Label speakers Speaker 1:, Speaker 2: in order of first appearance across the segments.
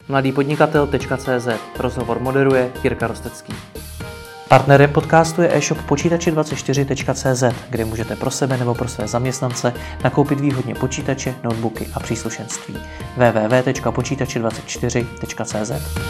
Speaker 1: mladýpodnikatel.cz. Rozhovor moderuje Jirka Rostecký. Partnerem podcastu je e-shop počítači24.cz, kde můžete pro sebe nebo pro své zaměstnance nakoupit výhodně počítače, notebooky a příslušenství. www.počítači24.cz.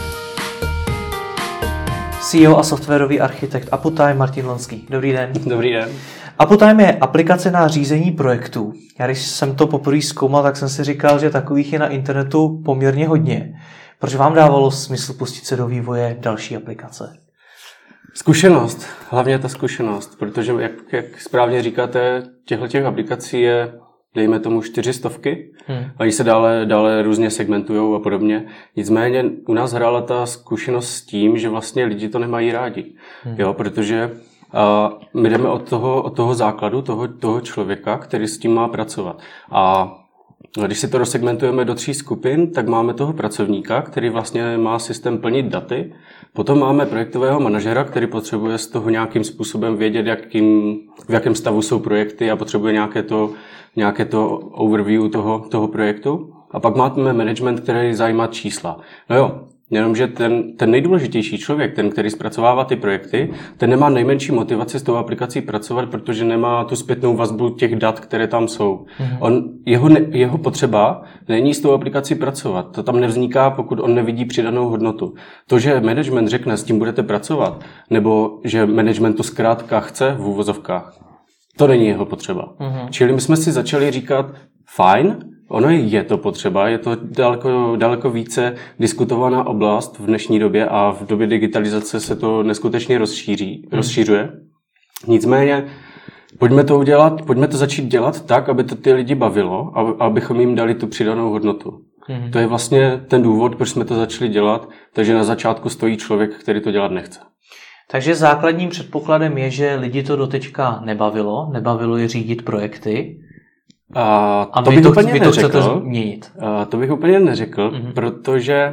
Speaker 1: CEO a softwarový architekt Uptime Martin Lonský. Dobrý den.
Speaker 2: Dobrý den.
Speaker 1: Uptime je aplikace na řízení projektů. Já když jsem to poprvé zkoumal, tak jsem si říkal, že takových je na internetu poměrně hodně. Proč vám dávalo smysl pustit se do vývoje další aplikace?
Speaker 2: Zkušenost, hlavně ta zkušenost, protože jak správně říkáte, těchto aplikací je, dejme tomu 400, oni se dále různě segmentujou a podobně. Nicméně u nás hrála ta zkušenost s tím, že vlastně lidi to nemají rádi, jo, protože my jdeme od toho základu, toho člověka, který s tím má pracovat. A když si to rozsegmentujeme do 3 skupin, tak máme toho pracovníka, který vlastně má systém plnit daty. Potom máme projektového manažera, který potřebuje z toho nějakým způsobem vědět, v jakém stavu jsou projekty a potřebuje nějaké to overview toho projektu. A pak máme management, který zajímá čísla. No jo, jenomže ten nejdůležitější člověk, ten, který zpracovává ty projekty, ten nemá nejmenší motivaci s tou aplikací pracovat, protože nemá tu zpětnou vazbu těch dat, které tam jsou. Jeho potřeba není s tou aplikací pracovat. To tam nevzniká, pokud on nevidí přidanou hodnotu. To, že management řekne, s tím budete pracovat, nebo že management to zkrátka chce v úvozovkách, to není jeho potřeba. Čili my jsme si začali říkat, fajn, ono je to potřeba, je to daleko více diskutovaná oblast v dnešní době a v době digitalizace se to neskutečně rozšířuje. Nicméně, pojďme to začít dělat tak, aby to ty lidi bavilo a abychom jim dali tu přidanou hodnotu. To je vlastně ten důvod, proč jsme to začali dělat, takže na začátku stojí člověk, který to dělat nechce.
Speaker 1: Takže základním předpokladem je, že lidi to doteďka nebavilo je řídit projekty. A
Speaker 2: to bych úplně
Speaker 1: neřekl. Chcete změnit.
Speaker 2: To bych úplně neřekl, protože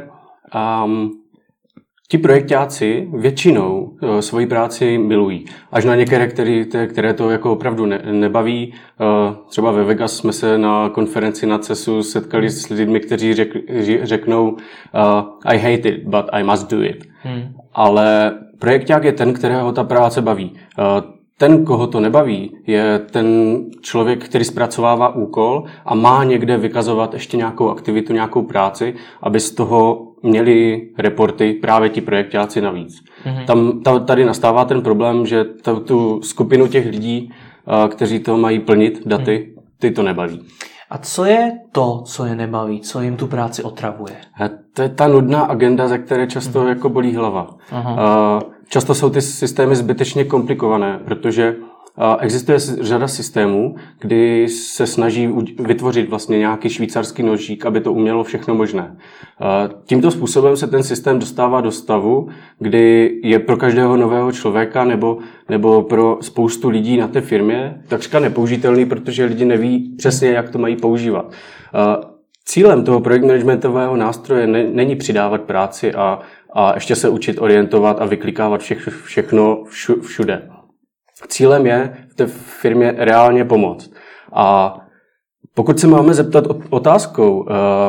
Speaker 2: ti projekťáci většinou svoji práci milují. Až na některé, které to jako opravdu nebaví. Třeba ve Vegas jsme se na konferenci na CESu setkali s lidmi, kteří řeknou I hate it, but I must do it. Ale projekťák je ten, kterého ta práce baví. Ten, koho to nebaví, je ten člověk, který zpracovává úkol a má někde vykazovat ještě nějakou aktivitu, nějakou práci, aby z toho měli reporty právě ti projekťáci navíc. Tady nastává ten problém, že tu skupinu těch lidí, kteří to mají plnit, daty, ty to nebaví.
Speaker 1: A co je to, co je nebaví, co jim tu práci otravuje?
Speaker 2: To je ta nudná agenda, ze které často jako bolí hlava. Často jsou ty systémy zbytečně komplikované, protože existuje řada systémů, kdy se snaží vytvořit vlastně nějaký švýcarský nožík, aby to umělo všechno možné. Tímto způsobem se ten systém dostává do stavu, kdy je pro každého nového člověka nebo pro spoustu lidí na té firmě takřka nepoužitelný, protože lidi neví přesně, jak to mají používat. Cílem toho projekt managementového nástroje není přidávat práci a ještě se učit orientovat a vyklikávat všechno všude. Cílem je v té firmě reálně pomoct. A pokud se máme zeptat otázkou,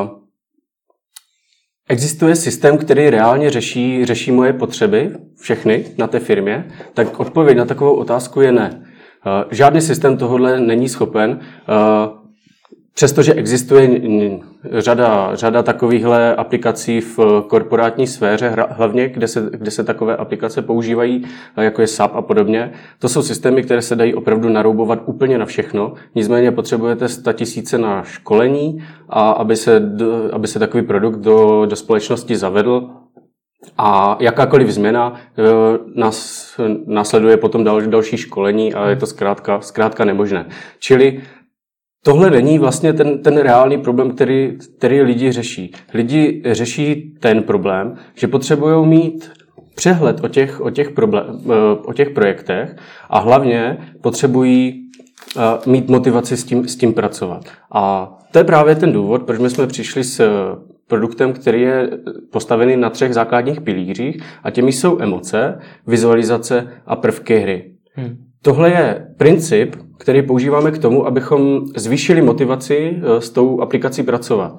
Speaker 2: existuje systém, který reálně řeší moje potřeby, všechny na té firmě, tak odpověď na takovou otázku je ne. Žádný systém tohohle není schopen. Přestože existuje řada takovýchhle aplikací v korporátní sféře, hlavně kde se takové aplikace používají, jako je SAP a podobně, to jsou systémy, které se dají opravdu naroubovat úplně na všechno. Nicméně potřebujete 100 000 na školení, a aby se takový produkt do společnosti zavedl. A jakákoliv změna následuje potom další školení a je to zkrátka nemožné. Čili tohle není vlastně ten reálný problém, který lidi řeší. Lidi řeší ten problém, že potřebují mít přehled o těch projektech a hlavně potřebují mít motivaci s tím pracovat. A to je právě ten důvod, proč my jsme přišli s produktem, který je postavený na 3 základních pilířích a těmi jsou emoce, vizualizace a prvky hry. Tohle je princip, který používáme k tomu, abychom zvýšili motivaci s tou aplikací pracovat.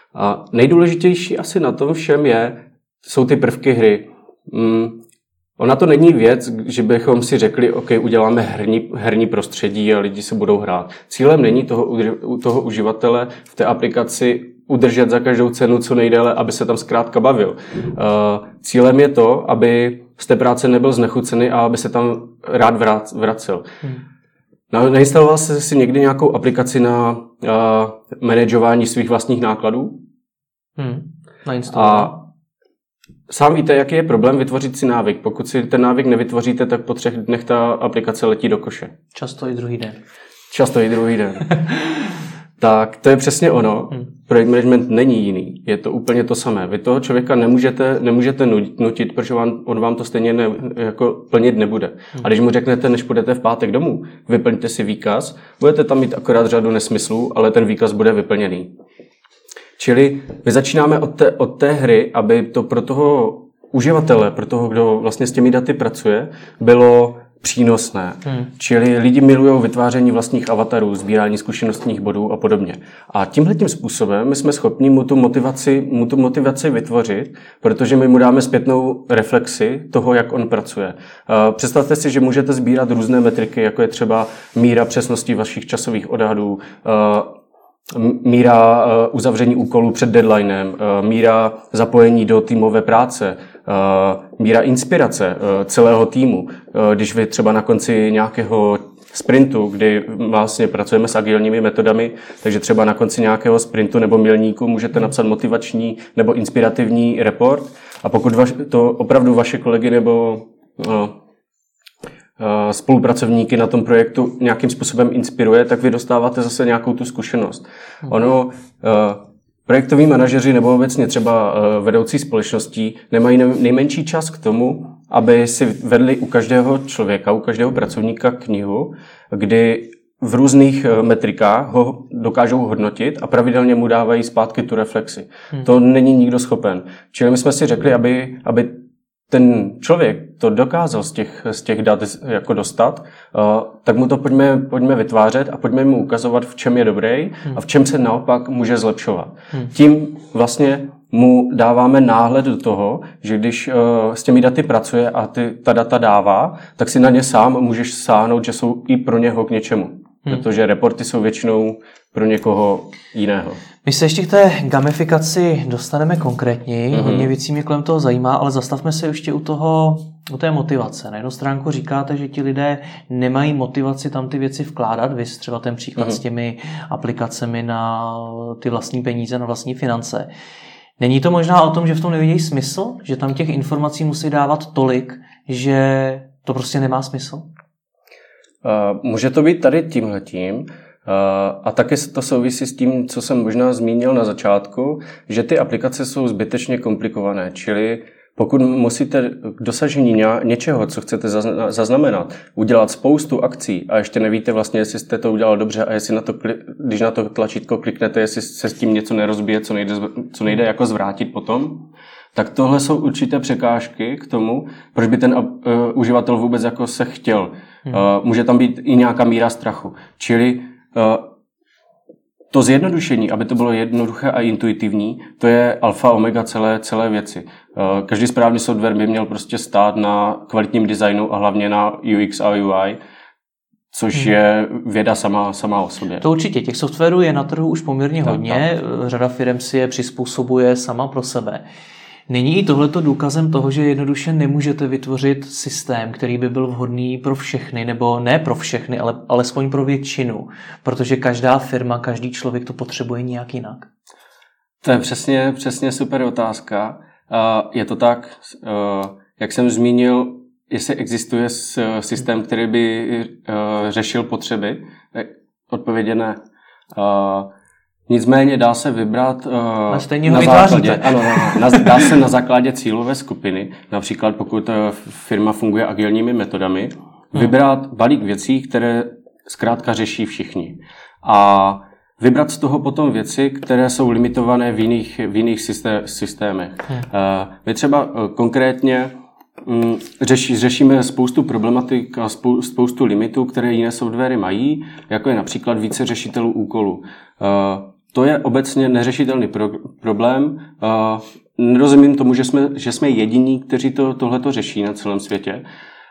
Speaker 2: A nejdůležitější asi na tom všem jsou ty prvky hry. Ona to není věc, že bychom si řekli, OK, uděláme herní prostředí a lidi se budou hrát. Cílem není toho uživatele v té aplikaci udržet za každou cenu co nejdéle, aby se tam zkrátka bavil. Cílem je to, aby z té práce nebyl znechucený a aby se tam rád vracel. Nainstaloval jste si někdy nějakou aplikaci na manažování svých vlastních nákladů?
Speaker 1: Nainstaloval.
Speaker 2: A sám víte, jaký je problém vytvořit si návyk. Pokud si ten návyk nevytvoříte, tak po 3 dnech ta aplikace letí do koše.
Speaker 1: Často i druhý den.
Speaker 2: Tak to je přesně ono. Projekt management není jiný. Je to úplně to samé. Vy toho člověka nemůžete nutit, protože on vám to stejně plnit nebude. A když mu řeknete, než půjdete v pátek domů, vyplňte si výkaz, budete tam mít akorát řadu nesmyslů, ale ten výkaz bude vyplněný. Čili my začínáme od té hry, aby to pro toho uživatele, pro toho, kdo vlastně s těmi daty pracuje, bylo přínosné. Čili lidi milují vytváření vlastních avatarů, sbírání zkušenostních bodů a podobně. A tímhletím způsobem my jsme schopni mu tu motivaci vytvořit, protože my mu dáme zpětnou reflexi toho, jak on pracuje. Představte si, že můžete sbírat různé metriky, jako je třeba míra přesnosti vašich časových odhadů, míra uzavření úkolů před deadlinem, míra zapojení do týmové práce, míra inspirace celého týmu. Když vy třeba na konci nějakého sprintu, kdy vlastně pracujeme s agilními metodami, takže třeba na konci nějakého sprintu nebo milníku můžete napsat motivační nebo inspirativní report a pokud to opravdu vaše kolegy nebo spolupracovníky na tom projektu nějakým způsobem inspiruje, tak vy dostáváte zase nějakou tu zkušenost. Projektoví manažeři nebo obecně třeba vedoucí společností nemají nejmenší čas k tomu, aby si vedli u každého člověka, u každého pracovníka knihu, kdy v různých metrikách ho dokážou hodnotit a pravidelně mu dávají zpátky tu reflexi. To není nikdo schopen. Čili my jsme si řekli, aby ten člověk to dokázal z těch dat jako dostat, tak mu to pojďme vytvářet a pojďme mu ukazovat, v čem je dobrý a v čem se naopak může zlepšovat. Tím vlastně mu dáváme náhled do toho, že když s těmi daty pracuje a ta data dává, tak si na ně sám můžeš sáhnout, že jsou i pro něho k něčemu. Protože reporty jsou většinou pro někoho jiného.
Speaker 1: My se ještě k té gamifikaci dostaneme konkrétněji. Hodně věcí mě kolem toho zajímá, ale zastavme se ještě u té motivace. Na jednu stránku říkáte, že ti lidé nemají motivaci tam ty věci vkládat. Vy třeba ten příklad s těmi aplikacemi na ty vlastní peníze, na vlastní finance. Není to možná o tom, že v tom nevidí smysl? Že tam těch informací musí dávat tolik, že to prostě nemá smysl?
Speaker 2: Může to být tady tímhletím. A taky to souvisí s tím, co jsem možná zmínil na začátku, že ty aplikace jsou zbytečně komplikované, čili pokud musíte k dosažení něčeho, co chcete zaznamenat, udělat spoustu akcí a ještě nevíte vlastně, jestli jste to udělal dobře a jestli když na to tlačítko kliknete, jestli se s tím něco nerozbije, co nejde jako zvrátit potom, tak tohle jsou určité překážky k tomu, proč by ten uživatel vůbec jako se chtěl. Může tam být i nějaká míra strachu. Čili to zjednodušení, aby to bylo jednoduché a intuitivní, to je alfa omega celé věci. Každý správný software by měl prostě stát na kvalitním designu a hlavně na UX a UI, což je věda sama o sobě.
Speaker 1: To určitě. Těch softwarů je na trhu už poměrně hodně. Řada firem si je přizpůsobuje sama pro sebe. Není i tohleto důkazem toho, že jednoduše nemůžete vytvořit systém, který by byl vhodný pro všechny, nebo ne pro všechny, ale alespoň pro většinu, protože každá firma, každý člověk to potřebuje nějak jinak?
Speaker 2: To je přesně super otázka. Je to tak, jak jsem zmínil, jestli existuje systém, který by řešil potřeby? Odpověď je ne. Nicméně dá se vybrat dá se na základě cílové skupiny, například pokud firma funguje agilními metodami, vybrat balík věcí, které zkrátka řeší všichni. A vybrat z toho potom věci, které jsou limitované v jiných systémech. My třeba konkrétně řešíme spoustu problematik a spoustu limitů, které jiné softwary mají, jako je například více řešitelů úkolů. to je obecně neřešitelný problém. Nerozumím tomu, že jsme jediní, kteří tohleto řeší na celém světě.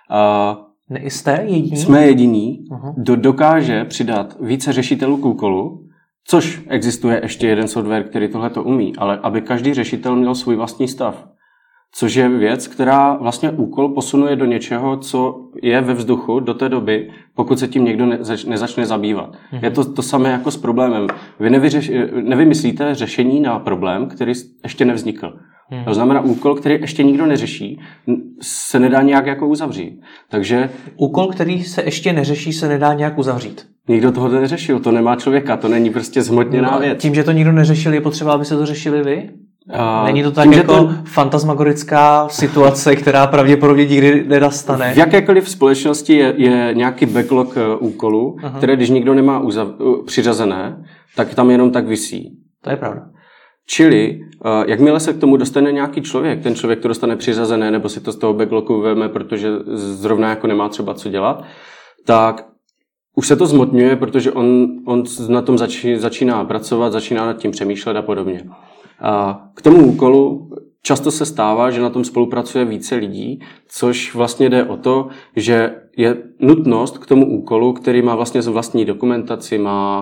Speaker 1: Jste jediní?
Speaker 2: Jsme jediní, kdo dokáže přidat více řešitelů k úkolu, což existuje ještě jeden software, který tohleto umí, ale aby každý řešitel měl svůj vlastní stav. Což je věc, která vlastně úkol posunuje do něčeho, co je ve vzduchu do té doby, pokud se tím někdo nezačne zabývat. Je to samé jako s problémem. Vy nevymyslíte řešení na problém, který ještě nevznikl. To znamená, úkol, který ještě nikdo neřeší, se nedá nějak jako uzavřít. Takže
Speaker 1: úkol, který se ještě neřeší, se nedá nějak uzavřít.
Speaker 2: Nikdo toho neřešil, to nemá člověka, to není prostě zhmotněná věc.
Speaker 1: Tím, že to nikdo neřešil, je potřeba, aby se to řešili vy? Není to tak tím, jako fantasmagorická situace, která pravděpodobně nikdy nenastane?
Speaker 2: V jakékoliv společnosti je nějaký backlog úkolů, které když nikdo nemá přiřazené, tak tam jenom tak visí.
Speaker 1: To je pravda.
Speaker 2: Čili, jakmile se k tomu dostane nějaký člověk, ten člověk to dostane přiřazené, nebo si to z toho backlogu veme, protože zrovna jako nemá třeba co dělat, tak už se to zmotňuje, protože on na tom začíná pracovat, začíná nad tím přemýšlet a podobně. A k tomu úkolu často se stává, že na tom spolupracuje více lidí, což vlastně jde o to, že je nutnost k tomu úkolu, který má vlastně vlastní dokumentaci,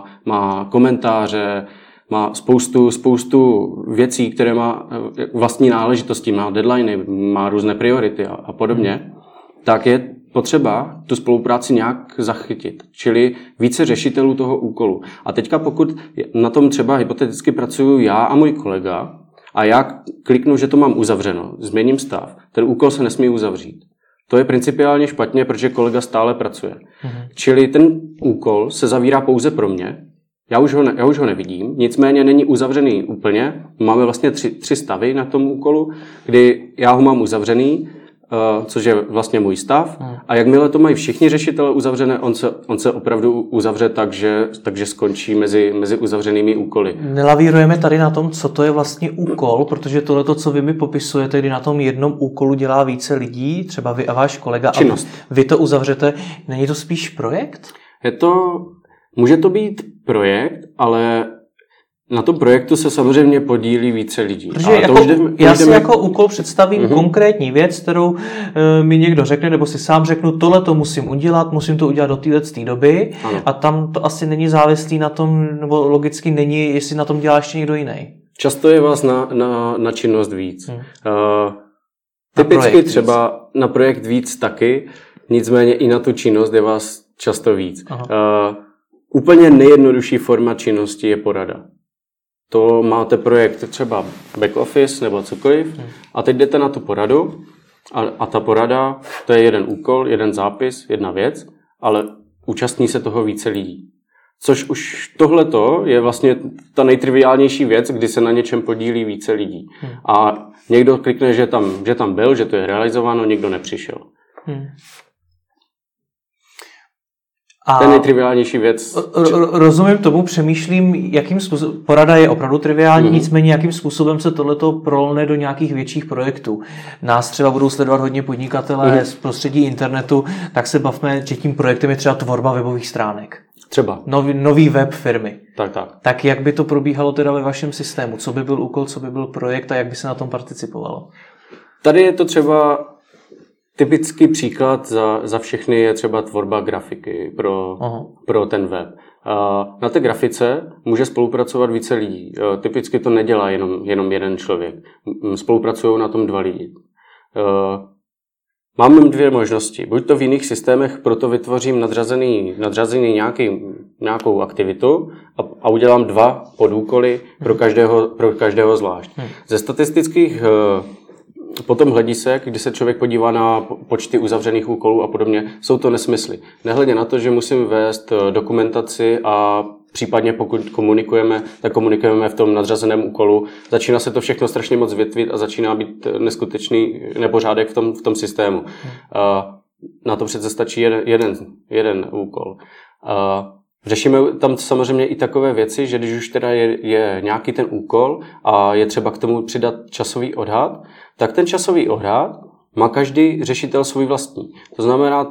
Speaker 2: má komentáře, má spoustu věcí, které má vlastní náležitosti, má deadliny, má různé priority a podobně, tak je potřeba tu spolupráci nějak zachytit, čili více řešitelů toho úkolu. A teďka pokud na tom třeba hypoteticky pracuju já a můj kolega a já kliknu, že to mám uzavřeno, změním stav, ten úkol se nesmí uzavřít. To je principiálně špatně, protože kolega stále pracuje. Čili ten úkol se zavírá pouze pro mě, já už ho nevidím, nicméně není uzavřený úplně. Máme vlastně tři stavy na tom úkolu, kdy já ho mám uzavřený, což je vlastně můj stav. A jakmile to mají všichni řešitelé uzavřené, on se opravdu uzavře takže skončí mezi uzavřenými úkoly.
Speaker 1: Nelavírujeme tady na tom, co to je vlastně úkol, protože tohleto, co vy mi popisujete, kdy na tom jednom úkolu dělá více lidí, třeba vy a váš kolega,
Speaker 2: činnost.
Speaker 1: A vy to uzavřete, není to spíš projekt?
Speaker 2: Může to být projekt, ale na tom projektu se samozřejmě podílí více lidí.
Speaker 1: Protože já si jako úkol představím konkrétní věc, kterou mi někdo řekne, nebo si sám řeknu, tohle to musím udělat, musím to udělat do této doby. Ano. A tam to asi není závislý na tom, nebo logicky není, jestli na tom dělá ještě někdo jiný.
Speaker 2: Často je vás na činnost víc. Typicky třeba na projekt víc taky, nicméně i na tu činnost je vás často víc. Úplně nejjednodušší forma činnosti je porada. To máte projekt třeba back office nebo cokoliv a teď jdete na tu poradu a ta porada, to je jeden úkol, jeden zápis, jedna věc, ale účastní se toho více lidí. Což už tohleto je vlastně ta nejtriviálnější věc, kdy se na něčem podílí více lidí. A někdo klikne, že tam byl, že to je realizováno, někdo nepřišel. To je nejtriviálnější věc.
Speaker 1: Rozumím tomu, přemýšlím, jakým způsobem, porada je opravdu triviální, nicméně jakým způsobem se tohleto prolne do nějakých větších projektů. Nás třeba budou sledovat hodně podnikatelé z prostředí internetu, tak se bavme, že tím projektem je třeba tvorba webových stránek.
Speaker 2: Třeba.
Speaker 1: Nový web firmy.
Speaker 2: Tak.
Speaker 1: Tak jak by to probíhalo teda ve vašem systému? Co by byl úkol, co by byl projekt a jak by se na tom participovalo?
Speaker 2: Tady je to třeba typický příklad za všechny je třeba tvorba grafiky pro ten web. Na té grafice může spolupracovat více lidí. Typicky to nedělá jenom jeden člověk. Spolupracují na tom 2 lidi. Mám 2 možnosti. Buď to v jiných systémech, proto vytvořím nadřazený nějakou aktivitu a udělám 2 podúkoly pro každého zvlášť. Ze statistických potom hledisek, kdy se člověk podívá na počty uzavřených úkolů a podobně, jsou to nesmysly. Nehledě na to, že musím vést dokumentaci a případně pokud komunikujeme, tak komunikujeme v tom nadřazeném úkolu. Začíná se to všechno strašně moc větvit a začíná být neskutečný nepořádek v tom systému. Na to přece stačí jeden úkol. Řešíme tam samozřejmě i takové věci, že když už teda je nějaký ten úkol a je třeba k tomu přidat časový odhad, tak ten časový odhad má každý řešitel svůj vlastní. To znamená,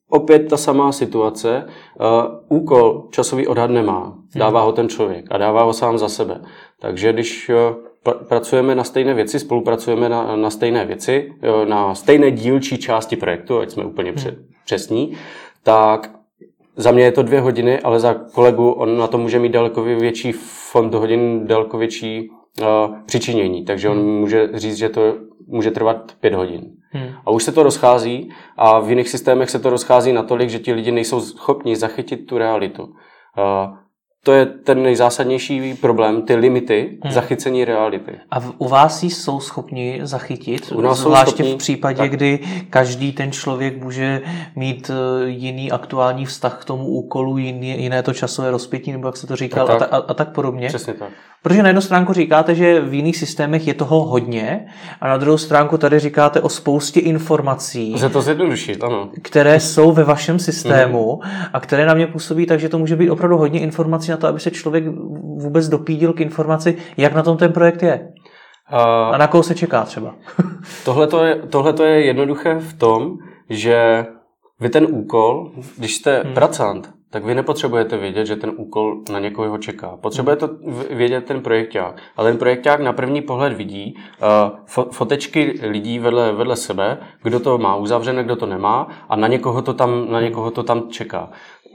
Speaker 2: opět ta samá situace. Úkol časový odhad nemá. Dává ho ten člověk a dává ho sám za sebe. Takže když pracujeme na stejné věci, spolupracujeme na stejné věci, na stejné dílčí části projektu, ať jsme úplně přesní, tak za mě je to 2 hodiny, ale za kolegu on na to může mít daleko větší fond hodin, daleko větší přičinění. Takže on může říct, že to může trvat 5 hodin. A už se to rozchází a v jiných systémech se to rozchází natolik, že ti lidi nejsou schopni zachytit tu realitu. To je ten nejzásadnější problém, ty limity zachycení reality.
Speaker 1: A u vás ji jsou schopni zachytit?
Speaker 2: Zvláště
Speaker 1: v případě, kdy každý ten člověk může mít jiný aktuální vztah k tomu úkolu, jiné to časové rozpětí, nebo jak se to říkal, a tak podobně.
Speaker 2: Přesně tak.
Speaker 1: Protože na jednu stránku říkáte, že v jiných systémech je toho hodně, a na druhou stránku tady říkáte o spoustě informací,
Speaker 2: Lze to zjednodušit, ano.
Speaker 1: které jsou ve vašem systému a které na mě působí, takže to může být opravdu hodně informací na to, aby se člověk vůbec dopídil k jak na tom ten projekt je. A na koho se čeká třeba.
Speaker 2: Tohle je jednoduché v tom, že vy ten úkol, když jste pracant, tak vy nepotřebujete vědět, že ten úkol na někoho čeká. Potřebujete vědět ten projekták. A ten projekták na první pohled vidí fotečky lidí vedle sebe, kdo to má uzavřené, kdo to nemá, a na někoho to tam čeká.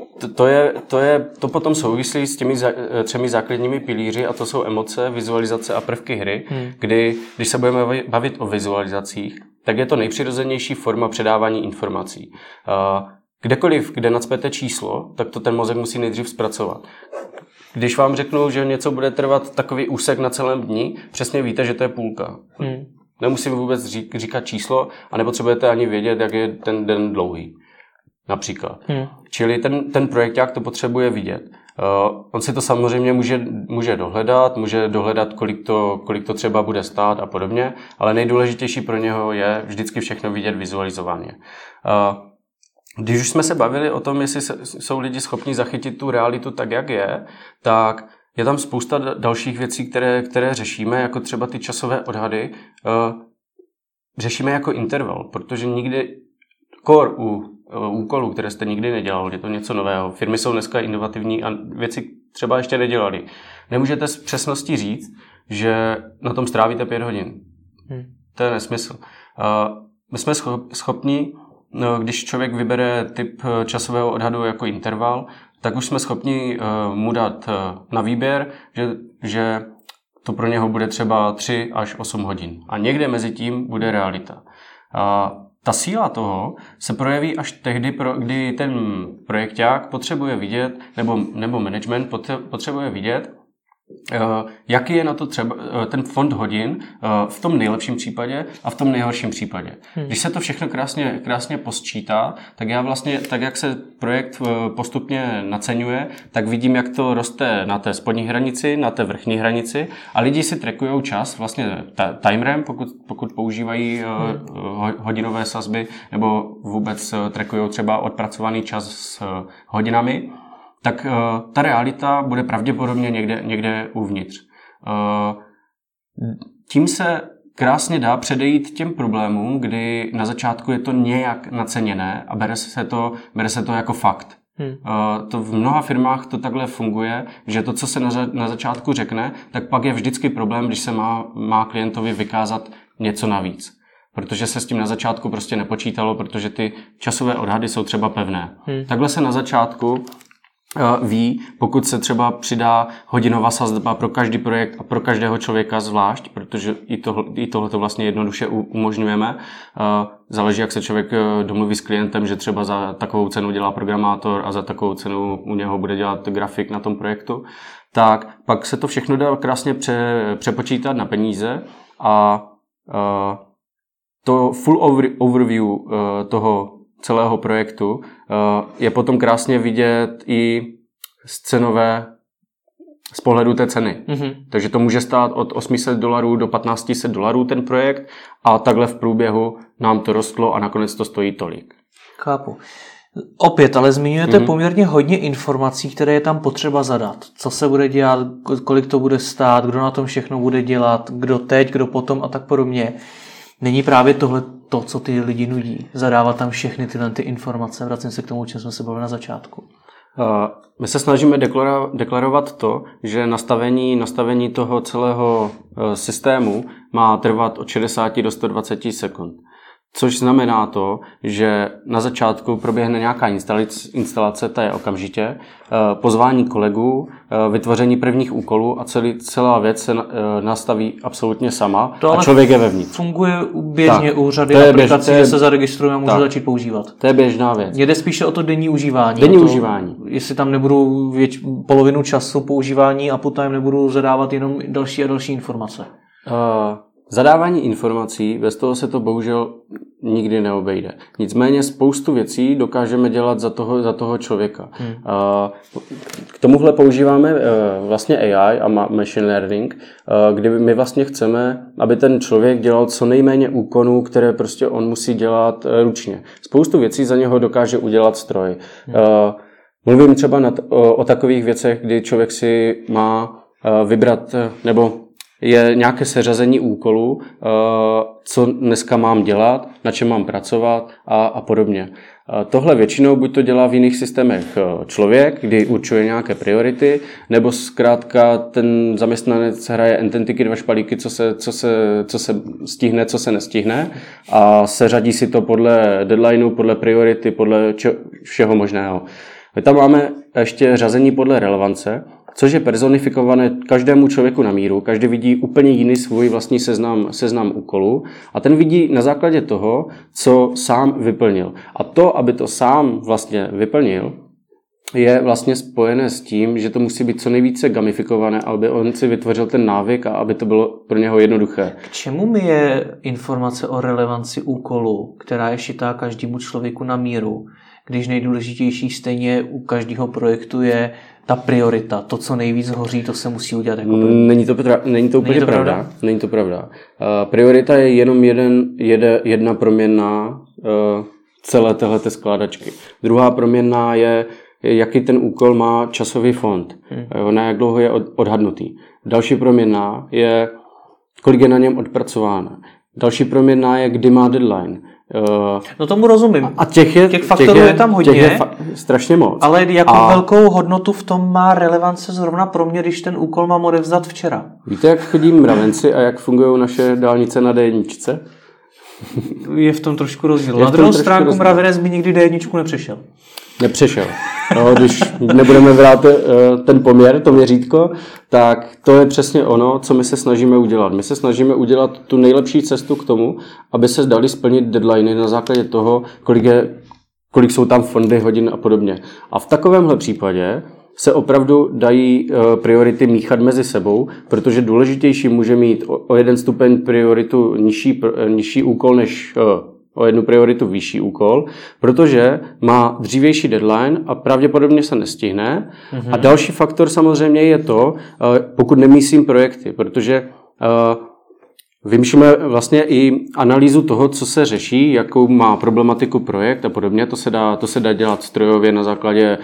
Speaker 2: To potom souvislí s těmi 3 základními pilíři, a to jsou emoce, vizualizace a prvky hry, kdy, když se budeme bavit o vizualizacích, tak je to nejpřirozenější forma předávání informací. Kdekoliv, kde nacpete číslo, tak to ten mozek musí nejdřív zpracovat. Když vám řeknu, že něco bude trvat takový úsek na celém dni, přesně víte, že to je půlka. Nemusím vůbec říkat číslo a nepotřebujete ani vědět, jak je ten den dlouhý. Například. Čili ten projekták to potřebuje vidět. On si to samozřejmě může dohledat, kolik to třeba bude stát a podobně, ale nejdůležitější pro něho je vždycky všechno vidět vizualizovaně. Když už jsme se bavili o tom, jestli jsou lidi schopni zachytit tu realitu tak, jak je, tak je tam spousta dalších věcí, které řešíme, jako třeba ty časové odhady. Řešíme jako interval, protože nikdy core u úkolů, které jste nikdy nedělal, je to něco nového. Firmy jsou dneska inovativní a věci třeba ještě nedělali. Nemůžete s přesností říct, že na tom strávíte 5 hodin. To je nesmysl. My jsme schopni, když člověk vybere typ časového odhadu jako interval, tak už jsme schopni mu dát na výběr, že to pro něho bude třeba 3 až 8 hodin. A někde mezi tím bude realita. Ta síla toho se projeví až tehdy, kdy ten projekták potřebuje vidět, nebo management potřebuje vidět, jaký je na to třeba ten fond hodin v tom nejlepším případě a v tom nejhorším případě. Když se to všechno krásně posčítá, tak já vlastně, tak jak se projekt postupně naceňuje, tak vidím, jak to roste na té spodní hranici, na té vrchní hranici, a lidi si trackujou čas, vlastně timerem, pokud používají hodinové sazby, nebo vůbec trackujou třeba odpracovaný čas s hodinami, tak ta realita bude pravděpodobně někde uvnitř. Tím se krásně dá předejít těm problémům, kdy na začátku je to nějak naceněné a bere se to jako fakt. To v mnoha firmách to takhle funguje, že to, co se na začátku řekne, tak pak je vždycky problém, když se má klientovi vykázat něco navíc. Protože se s tím na začátku prostě nepočítalo, protože ty časové odhady jsou třeba pevné. Takhle se na začátku ví, pokud se třeba přidá hodinová sazba pro každý projekt a pro každého člověka zvlášť, protože i tohleto vlastně jednoduše umožňujeme. Záleží, jak se člověk domluví s klientem, že třeba za takovou cenu dělá programátor a za takovou cenu u něho bude dělat grafik na tom projektu. Tak pak se to všechno dá krásně přepočítat na peníze a to full overview toho celého projektu je potom krásně vidět i cenové z pohledu té ceny. Takže to může stát od $800 do $1500 ten projekt a takhle v průběhu nám to rostlo a nakonec to stojí tolik.
Speaker 1: Chápu. Opět, ale zmiňujete poměrně hodně informací, které je tam potřeba zadat. Co se bude dělat, kolik to bude stát, kdo na tom všechno bude dělat, kdo teď, kdo potom a tak podobně. Není právě tohle to, co ty lidi nudí? Zadávat tam všechny tyhle ty informace, vracím se k tomu, o čem jsme se bavili na začátku.
Speaker 2: My se snažíme deklarovat to, že nastavení toho celého systému má trvat od 60 do 120 sekund. Což znamená to, že na začátku proběhne nějaká instalace, ta je okamžitě, pozvání kolegů, vytvoření prvních úkolů a celá věc se nastaví absolutně sama a člověk je vevnitř.
Speaker 1: Funguje běžně u řady aplikací, že se zaregistruje a může začít používat.
Speaker 2: To je běžná věc.
Speaker 1: Jde spíše o to denní užívání.
Speaker 2: Užívání.
Speaker 1: Jestli tam nebudu polovinu času používání a potom nebudu zadávat jenom další a další informace.
Speaker 2: Zadávání informací, bez toho se to bohužel nikdy neobejde. Nicméně spoustu věcí dokážeme dělat za toho člověka. K tomuhle používáme vlastně AI a machine learning, kdy my vlastně chceme, aby ten člověk dělal co nejméně úkonů, které prostě on musí dělat ručně. Spoustu věcí za něho dokáže udělat stroj. Mluvím třeba o takových věcech, kdy člověk si má vybrat, nebo je nějaké seřazení úkolů, co dneska mám dělat, na čem mám pracovat a podobně. Tohle většinou buď to dělá v jiných systémech člověk, kdy určuje nějaké priority, nebo zkrátka ten zaměstnanec hraje ententiky 2 špalíky, co se stihne, co se nestihne a seřadí si to podle deadlineu, podle priority, podle všeho možného. My tam máme ještě řazení podle relevance, což je personifikované každému člověku na míru. Každý vidí úplně jiný svůj vlastní seznam úkolů a ten vidí na základě toho, co sám vyplnil. A to, aby to sám vlastně vyplnil, je vlastně spojené s tím, že to musí být co nejvíce gamifikované, aby on si vytvořil ten návyk a aby to bylo pro něho jednoduché.
Speaker 1: K čemu mi je informace o relevanci úkolu, která je šitá každému člověku na míru, když nejdůležitější stejně u každého projektu je ta priorita, to, co nejvíc hoří, to se musí udělat jako první.
Speaker 2: Není to úplně pravda. Není to pravda. Priorita je jenom jedna proměnná celé téhleté skládačky. Druhá proměnná je, jaký ten úkol má časový fond, na jak dlouho je odhadnutý. Další proměnná je, kolik je na něm odpracováno. Další proměnná je, kdy má deadline.
Speaker 1: No tomu rozumím.
Speaker 2: A těch
Speaker 1: faktorů je tam hodně.
Speaker 2: Je strašně moc.
Speaker 1: Ale jakou velkou hodnotu v tom má relevance zrovna pro mě, když ten úkol mám odevzdat včera?
Speaker 2: Víte, jak chodí mravenci a jak fungují naše dálnice na D1?
Speaker 1: Je v tom trošku rozdíl. Na druhou stránku mravenec by nikdy D1 nepřešel.
Speaker 2: Nepřešel. No, když nebudeme vrát ten poměr, to měřítko, tak to je přesně ono, co my se snažíme udělat. My se snažíme udělat tu nejlepší cestu k tomu, aby se dali splnit deadliny na základě toho, kolik jsou tam fondy, hodin a podobně. A v takovémhle případě se opravdu dají priority míchat mezi sebou, protože důležitější může mít o 1 stupeň prioritu nižší úkol než o 1 prioritu vyšší úkol, protože má dřívější deadline a pravděpodobně se nestihne. A další faktor samozřejmě je to, pokud nemísím projekty, protože vymýšlíme vlastně i analýzu toho, co se řeší, jakou má problematiku projekt a podobně. To se dá dělat strojově na základě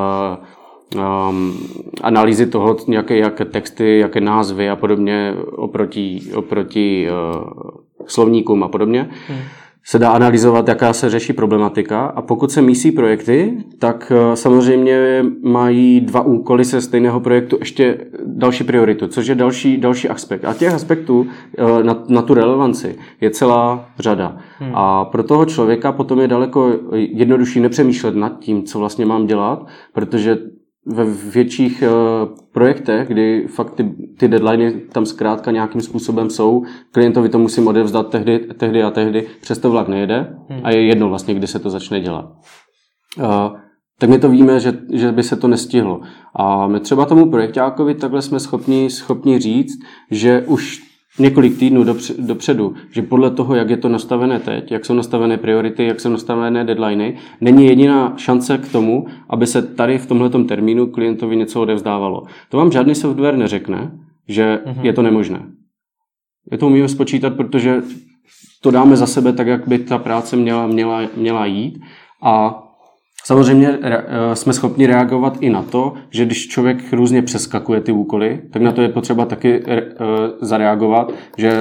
Speaker 2: analýzy toho, jaké texty, jaké názvy a podobně oproti slovníkům a podobně. Se dá analyzovat, jaká se řeší problematika a pokud se mísí projekty, tak samozřejmě mají 2 úkoly ze stejného projektu ještě další prioritu, což je další aspekt. A těch aspektů na tu relevanci je celá řada. A pro toho člověka potom je daleko jednodušší nepřemýšlet nad tím, co vlastně mám dělat, protože ve větších projektech, kdy fakt ty deadliny tam zkrátka nějakým způsobem jsou, klientovi to musím odevzdat tehdy a tehdy, přesto vlak nejede a je jedno vlastně, kdy se to začne dělat. Tak my to víme, že by se to nestihlo. A my třeba tomu projekťákovi takhle jsme schopni říct, že už několik týdnů dopředu, že podle toho, jak je to nastavené teď, jak jsou nastavené priority, jak jsou nastavené deadliny, není jediná šance k tomu, aby se tady v tomhletom termínu klientovi něco odevzdávalo. To vám žádný software neřekne, že je to nemožné. Je to umíme spočítat, protože to dáme za sebe tak, jak by ta práce měla jít a samozřejmě jsme schopni reagovat i na to, že když člověk různě přeskakuje ty úkoly, tak na to je potřeba taky zareagovat, že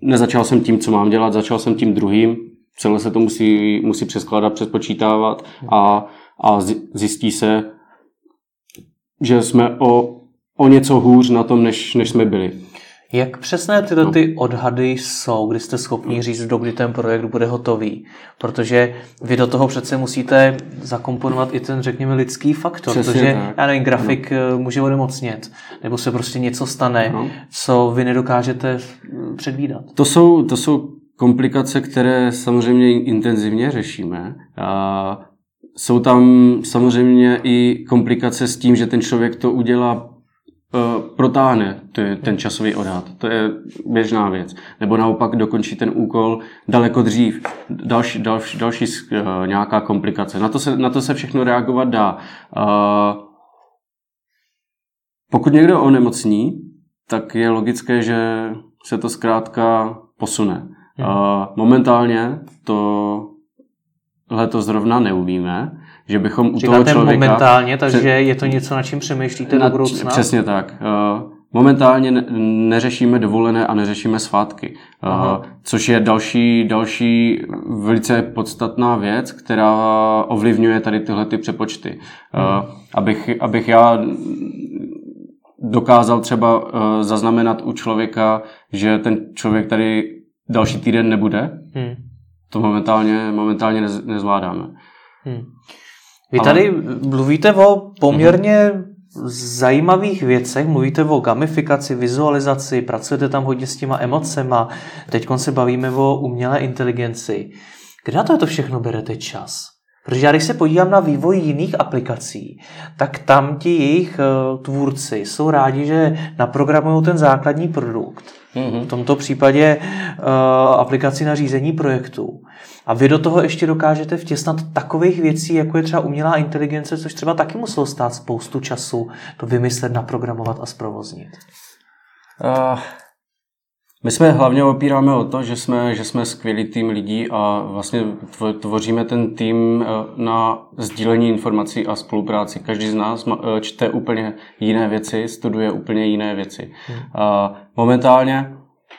Speaker 2: nezačal jsem tím, co mám dělat, začal jsem tím druhým. Celé se to musí přeskládat, přespočítávat a zjistí se, že jsme o něco hůř na tom, než jsme byli.
Speaker 1: Jak přesné ty odhady jsou, kdy jste schopni říct, dokdy ten projekt bude hotový? Protože vy do toho přece musíte zakomponovat i ten, řekněme, lidský faktor.
Speaker 2: Přesně
Speaker 1: protože,
Speaker 2: tak.
Speaker 1: já nevím, grafik může onemocnět, nebo se prostě něco stane, co vy nedokážete předvídat.
Speaker 2: To jsou komplikace, které samozřejmě intenzivně řešíme. Jsou tam samozřejmě i komplikace s tím, že ten člověk to udělá, protáhne ten časový odhad. To je běžná věc. Nebo naopak dokončí ten úkol daleko dřív. Další nějaká komplikace. Na to se všechno reagovat dá. Pokud někdo onemocní, tak je logické, že se to zkrátka posune. Momentálně tohle to zrovna neumíme, že bychom u toho člověka...
Speaker 1: momentálně, takže je to něco, na čím přemýšlíte do budoucna?
Speaker 2: Přesně tak. Momentálně neřešíme dovolené a neřešíme svátky, což je další velice podstatná věc, která ovlivňuje tady tyhle ty přepočty. Abych já dokázal třeba zaznamenat u člověka, že ten člověk tady další týden nebude, to momentálně nezvládáme.
Speaker 1: Vy tady mluvíte o poměrně zajímavých věcech, mluvíte o gamifikaci, vizualizaci, pracujete tam hodně s těma emocema, teďkon se bavíme o umělé inteligenci. Kde na to všechno berete čas? Protože já když se podívám na vývoj jiných aplikací, tak tam ti jejich tvůrci jsou rádi, že naprogramují ten základní produkt. V tomto případě aplikaci na řízení projektů. A vy do toho ještě dokážete vtěsnat takových věcí, jako je třeba umělá inteligence, což třeba taky muselo stát spoustu času to vymyslet, naprogramovat a zprovoznit.
Speaker 2: My jsme hlavně opíráme o to, že jsme skvělý tým lidí a vlastně tvoříme ten tým na sdílení informací a spolupráci. Každý z nás čte úplně jiné věci, studuje úplně jiné věci. Momentálně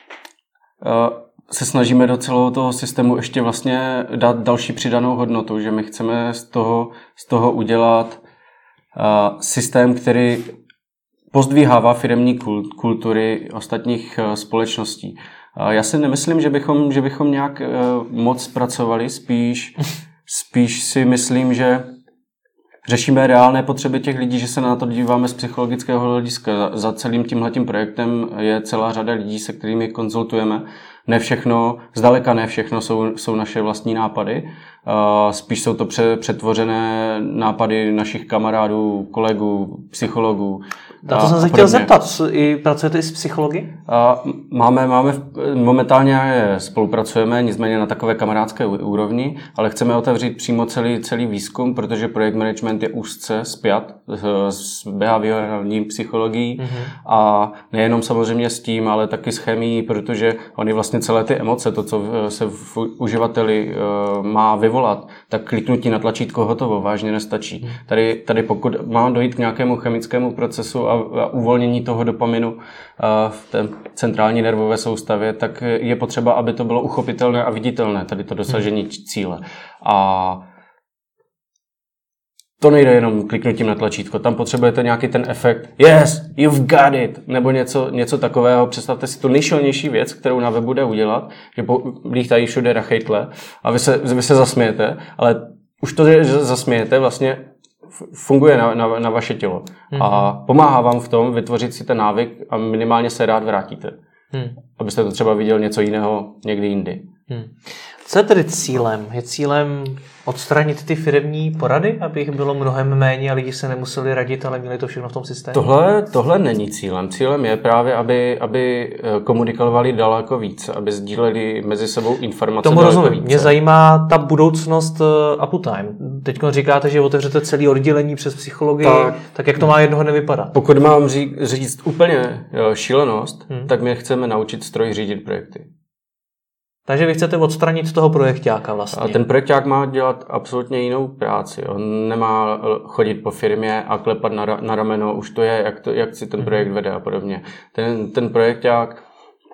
Speaker 2: se snažíme do celého toho systému ještě vlastně dát další přidanou hodnotu, že my chceme z toho udělat systém, který pozdvihává firemní kultury ostatních společností. Já si nemyslím, že bychom nějak moc pracovali, spíš si myslím, že řešíme reálné potřeby těch lidí, že se na to díváme z psychologického hlediska. Za celým tímhletím projektem je celá řada lidí, se kterými konzultujeme. Ne všechno, zdaleka ne všechno jsou naše vlastní nápady. Spíš jsou to přetvořené nápady našich kamarádů, kolegů, psychologů.
Speaker 1: Na to jsem se chtěl zeptat. Pracujete i s psychologi?
Speaker 2: Momentálně spolupracujeme, nicméně na takové kamarádské úrovni, ale chceme otevřít přímo celý výzkum, protože projekt management je úzce spjat s behaviorální psychologií a nejenom samozřejmě s tím, ale taky s chemií, protože oni vlastně celé ty emoce, to, co se v uživateli má vyvolat, tak kliknutí na tlačítko hotovo vážně nestačí. Tady pokud má dojít k nějakému chemickému procesu a uvolnění toho dopaminu v té centrální nervové soustavě, tak je potřeba, aby to bylo uchopitelné a viditelné, tady to dosažení cíle. A to nejde jenom kliknutím na tlačítko, tam potřebujete nějaký ten efekt yes, you've got it, nebo něco takového. Představte si tu nejšilnější věc, kterou na webu jde udělat, že lítají všude rachejtle a vy se zasmějete, ale už to, že zasmějete, vlastně funguje na vaše tělo. A pomáhá vám v tom vytvořit si ten návyk a minimálně se rád vrátíte. Abyste to třeba viděl něco jiného někdy jindy.
Speaker 1: Co je tedy cílem? Je cílem odstranit ty firemní porady, aby jich bylo mnohem méně a lidi se nemuseli radit, ale měli to všechno v tom systému?
Speaker 2: Tohle není cílem. Cílem je právě, aby komunikovali daleko víc, aby sdíleli mezi sebou informace.
Speaker 1: Tomu rozumím. Mě zajímá ta budoucnost uptime. Teď říkáte, že otevřete celé oddělení přes psychologii, tak jak to má jednoho nevypadat?
Speaker 2: Pokud mám říct úplně šílenost, tak my chceme naučit stroj řídit projekty.
Speaker 1: Takže vy chcete odstranit toho projekťáka vlastně.
Speaker 2: A ten projekťák má dělat absolutně jinou práci. On nemá chodit po firmě a klepat na rameno, už to je, jak si ten projekt vede a podobně. Ten projekťák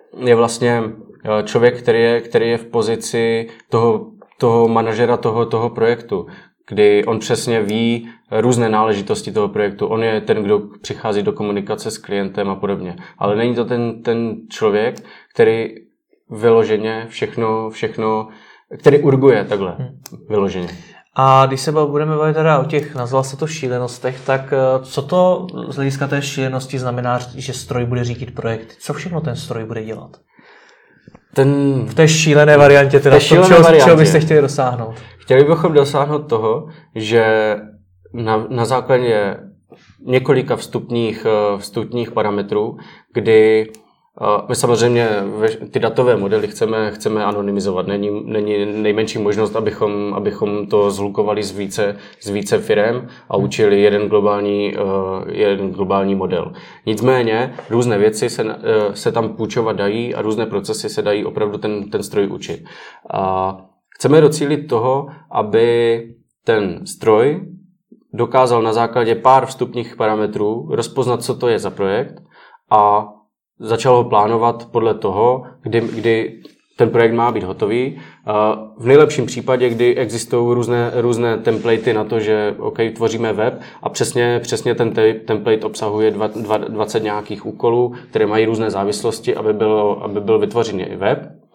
Speaker 2: je vlastně člověk, který je v pozici toho manažera toho projektu, kdy on přesně ví různé náležitosti toho projektu. On je ten, kdo přichází do komunikace s klientem a podobně. Ale není to ten člověk, který vyloženě všechno, který urguje takhle vyloženě.
Speaker 1: A když se budeme bavit teda o těch, nazval se to šílenostech, tak co to z hlediska té šílenosti znamená, že stroj bude řídit projekt? Co všechno ten stroj bude dělat? V té šílené variantě, teda čeho byste chtěli dosáhnout?
Speaker 2: Chtěli bychom dosáhnout toho, že na základě několika vstupních parametrů, kdy my samozřejmě ty datové modely chceme anonymizovat. Není nejmenší možnost, abychom to zhlukovali z více firem a učili jeden globální model. Nicméně různé věci se tam půjčovat dají a různé procesy se dají opravdu ten stroj učit. A chceme docílit toho, aby ten stroj dokázal na základě pár vstupních parametrů rozpoznat, co to je za projekt a začal ho plánovat podle toho, kdy ten projekt má být hotový. V nejlepším případě, kdy existují různé templatey na to, že tvoříme web a přesně ten template obsahuje 20 nějakých úkolů, které mají různé závislosti, aby byl vytvořený web.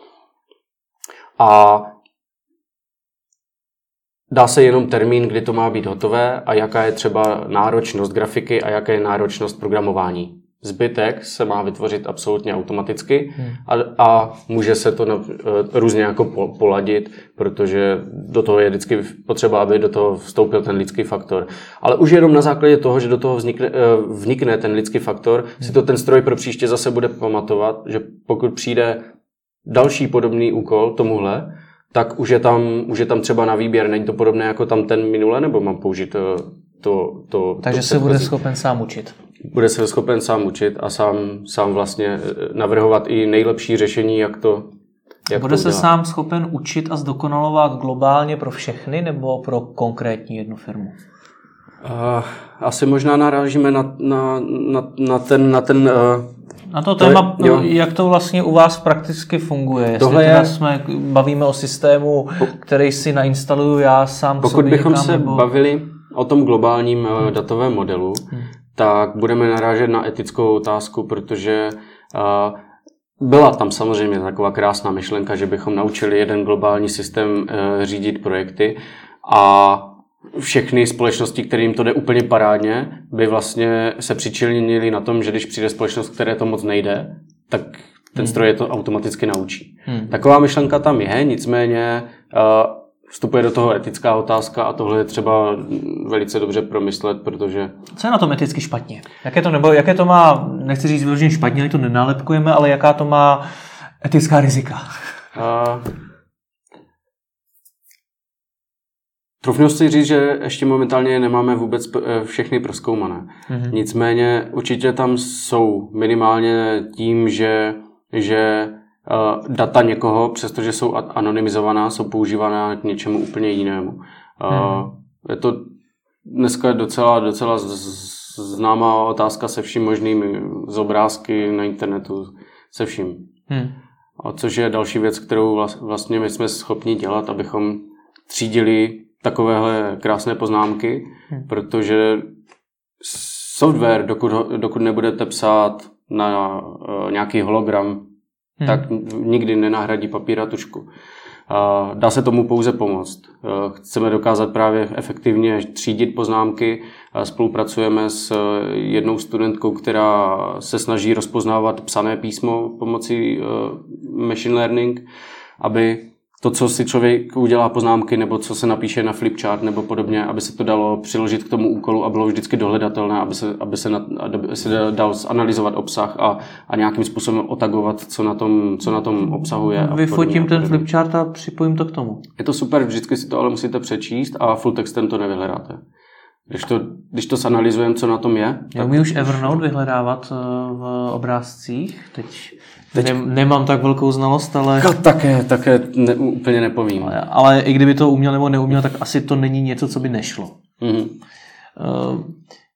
Speaker 2: A dá se jenom termín, kdy to má být hotové a jaká je třeba náročnost grafiky a jaká je náročnost programování. Zbytek se má vytvořit absolutně automaticky a může se to různě jako poladit, protože do toho je vždycky potřeba, aby do toho vstoupil ten lidský faktor. Ale už jenom na základě toho, že do toho vnikne ten lidský faktor, si to ten stroj pro příště zase bude pamatovat, že pokud přijde další podobný úkol tomuhle, tak už je tam třeba na výběr. Není to podobné jako tam ten minule, nebo mám použít to
Speaker 1: takže se bude schopen sám učit.
Speaker 2: Bude se schopen sám učit a sám vlastně navrhovat i nejlepší řešení, jak to
Speaker 1: bude se sám schopen učit a zdokonalovat globálně pro všechny nebo pro konkrétní jednu firmu?
Speaker 2: Asi možná narážíme na
Speaker 1: to téma, jak to vlastně u vás prakticky funguje. Jestli bavíme o systému, který si nainstaluju já sám
Speaker 2: pokud
Speaker 1: sobě
Speaker 2: bychom se bavili o tom globálním datovém modelu, tak budeme narážet na etickou otázku, protože byla tam samozřejmě taková krásná myšlenka, že bychom naučili jeden globální systém řídit projekty a všechny společnosti, kterým to jde úplně parádně, by vlastně se přičinili na tom, že když přijde společnost, které to moc nejde, tak ten stroj je to automaticky naučí. Taková myšlenka tam je, nicméně vstupuje do toho etická otázka a tohle je třeba velice dobře promyslet, protože...
Speaker 1: Co je na tom eticky špatně? Jaké to má, nechci říct vyloženě špatně, ale to nenálepkujeme, ale jaká to má etická rizika?
Speaker 2: Troufnu si říct, že ještě momentálně nemáme vůbec všechny prozkoumané. Nicméně určitě tam jsou minimálně tím, že data někoho, přestože jsou anonymizovaná, jsou používaná k něčemu úplně jinému. Je to dneska docela známá otázka se vším možnými, z obrázky na internetu, se vším. Což je další věc, kterou vlastně my jsme schopni dělat, abychom třídili takovéhle krásné poznámky, protože software, dokud nebudete psát na nějaký hologram, tak nikdy nenahradí papír a tužku. Dá se tomu pouze pomoct. Chceme dokázat právě efektivně třídit poznámky. Spolupracujeme s jednou studentkou, která se snaží rozpoznávat psané písmo pomocí machine learning, aby to, co si člověk udělá poznámky, nebo co se napíše na flipchart nebo podobně, aby se to dalo přiložit k tomu úkolu a bylo vždycky dohledatelné, aby se dal analyzovat obsah a nějakým způsobem otagovat, co na tom obsahuje.
Speaker 1: Vyfotím ten flipchart a připojím to k tomu.
Speaker 2: Je to super, vždycky si to ale musíte přečíst a full textem to nevyhledáte. Když to zanalyzujeme, co na tom je.
Speaker 1: Umí už Evernote vyhledávat v obrázcích? Teď nemám tak velkou znalost, ale...
Speaker 2: Také úplně nepovím.
Speaker 1: Ale i kdyby to uměl nebo neuměl, tak asi to není něco, co by nešlo.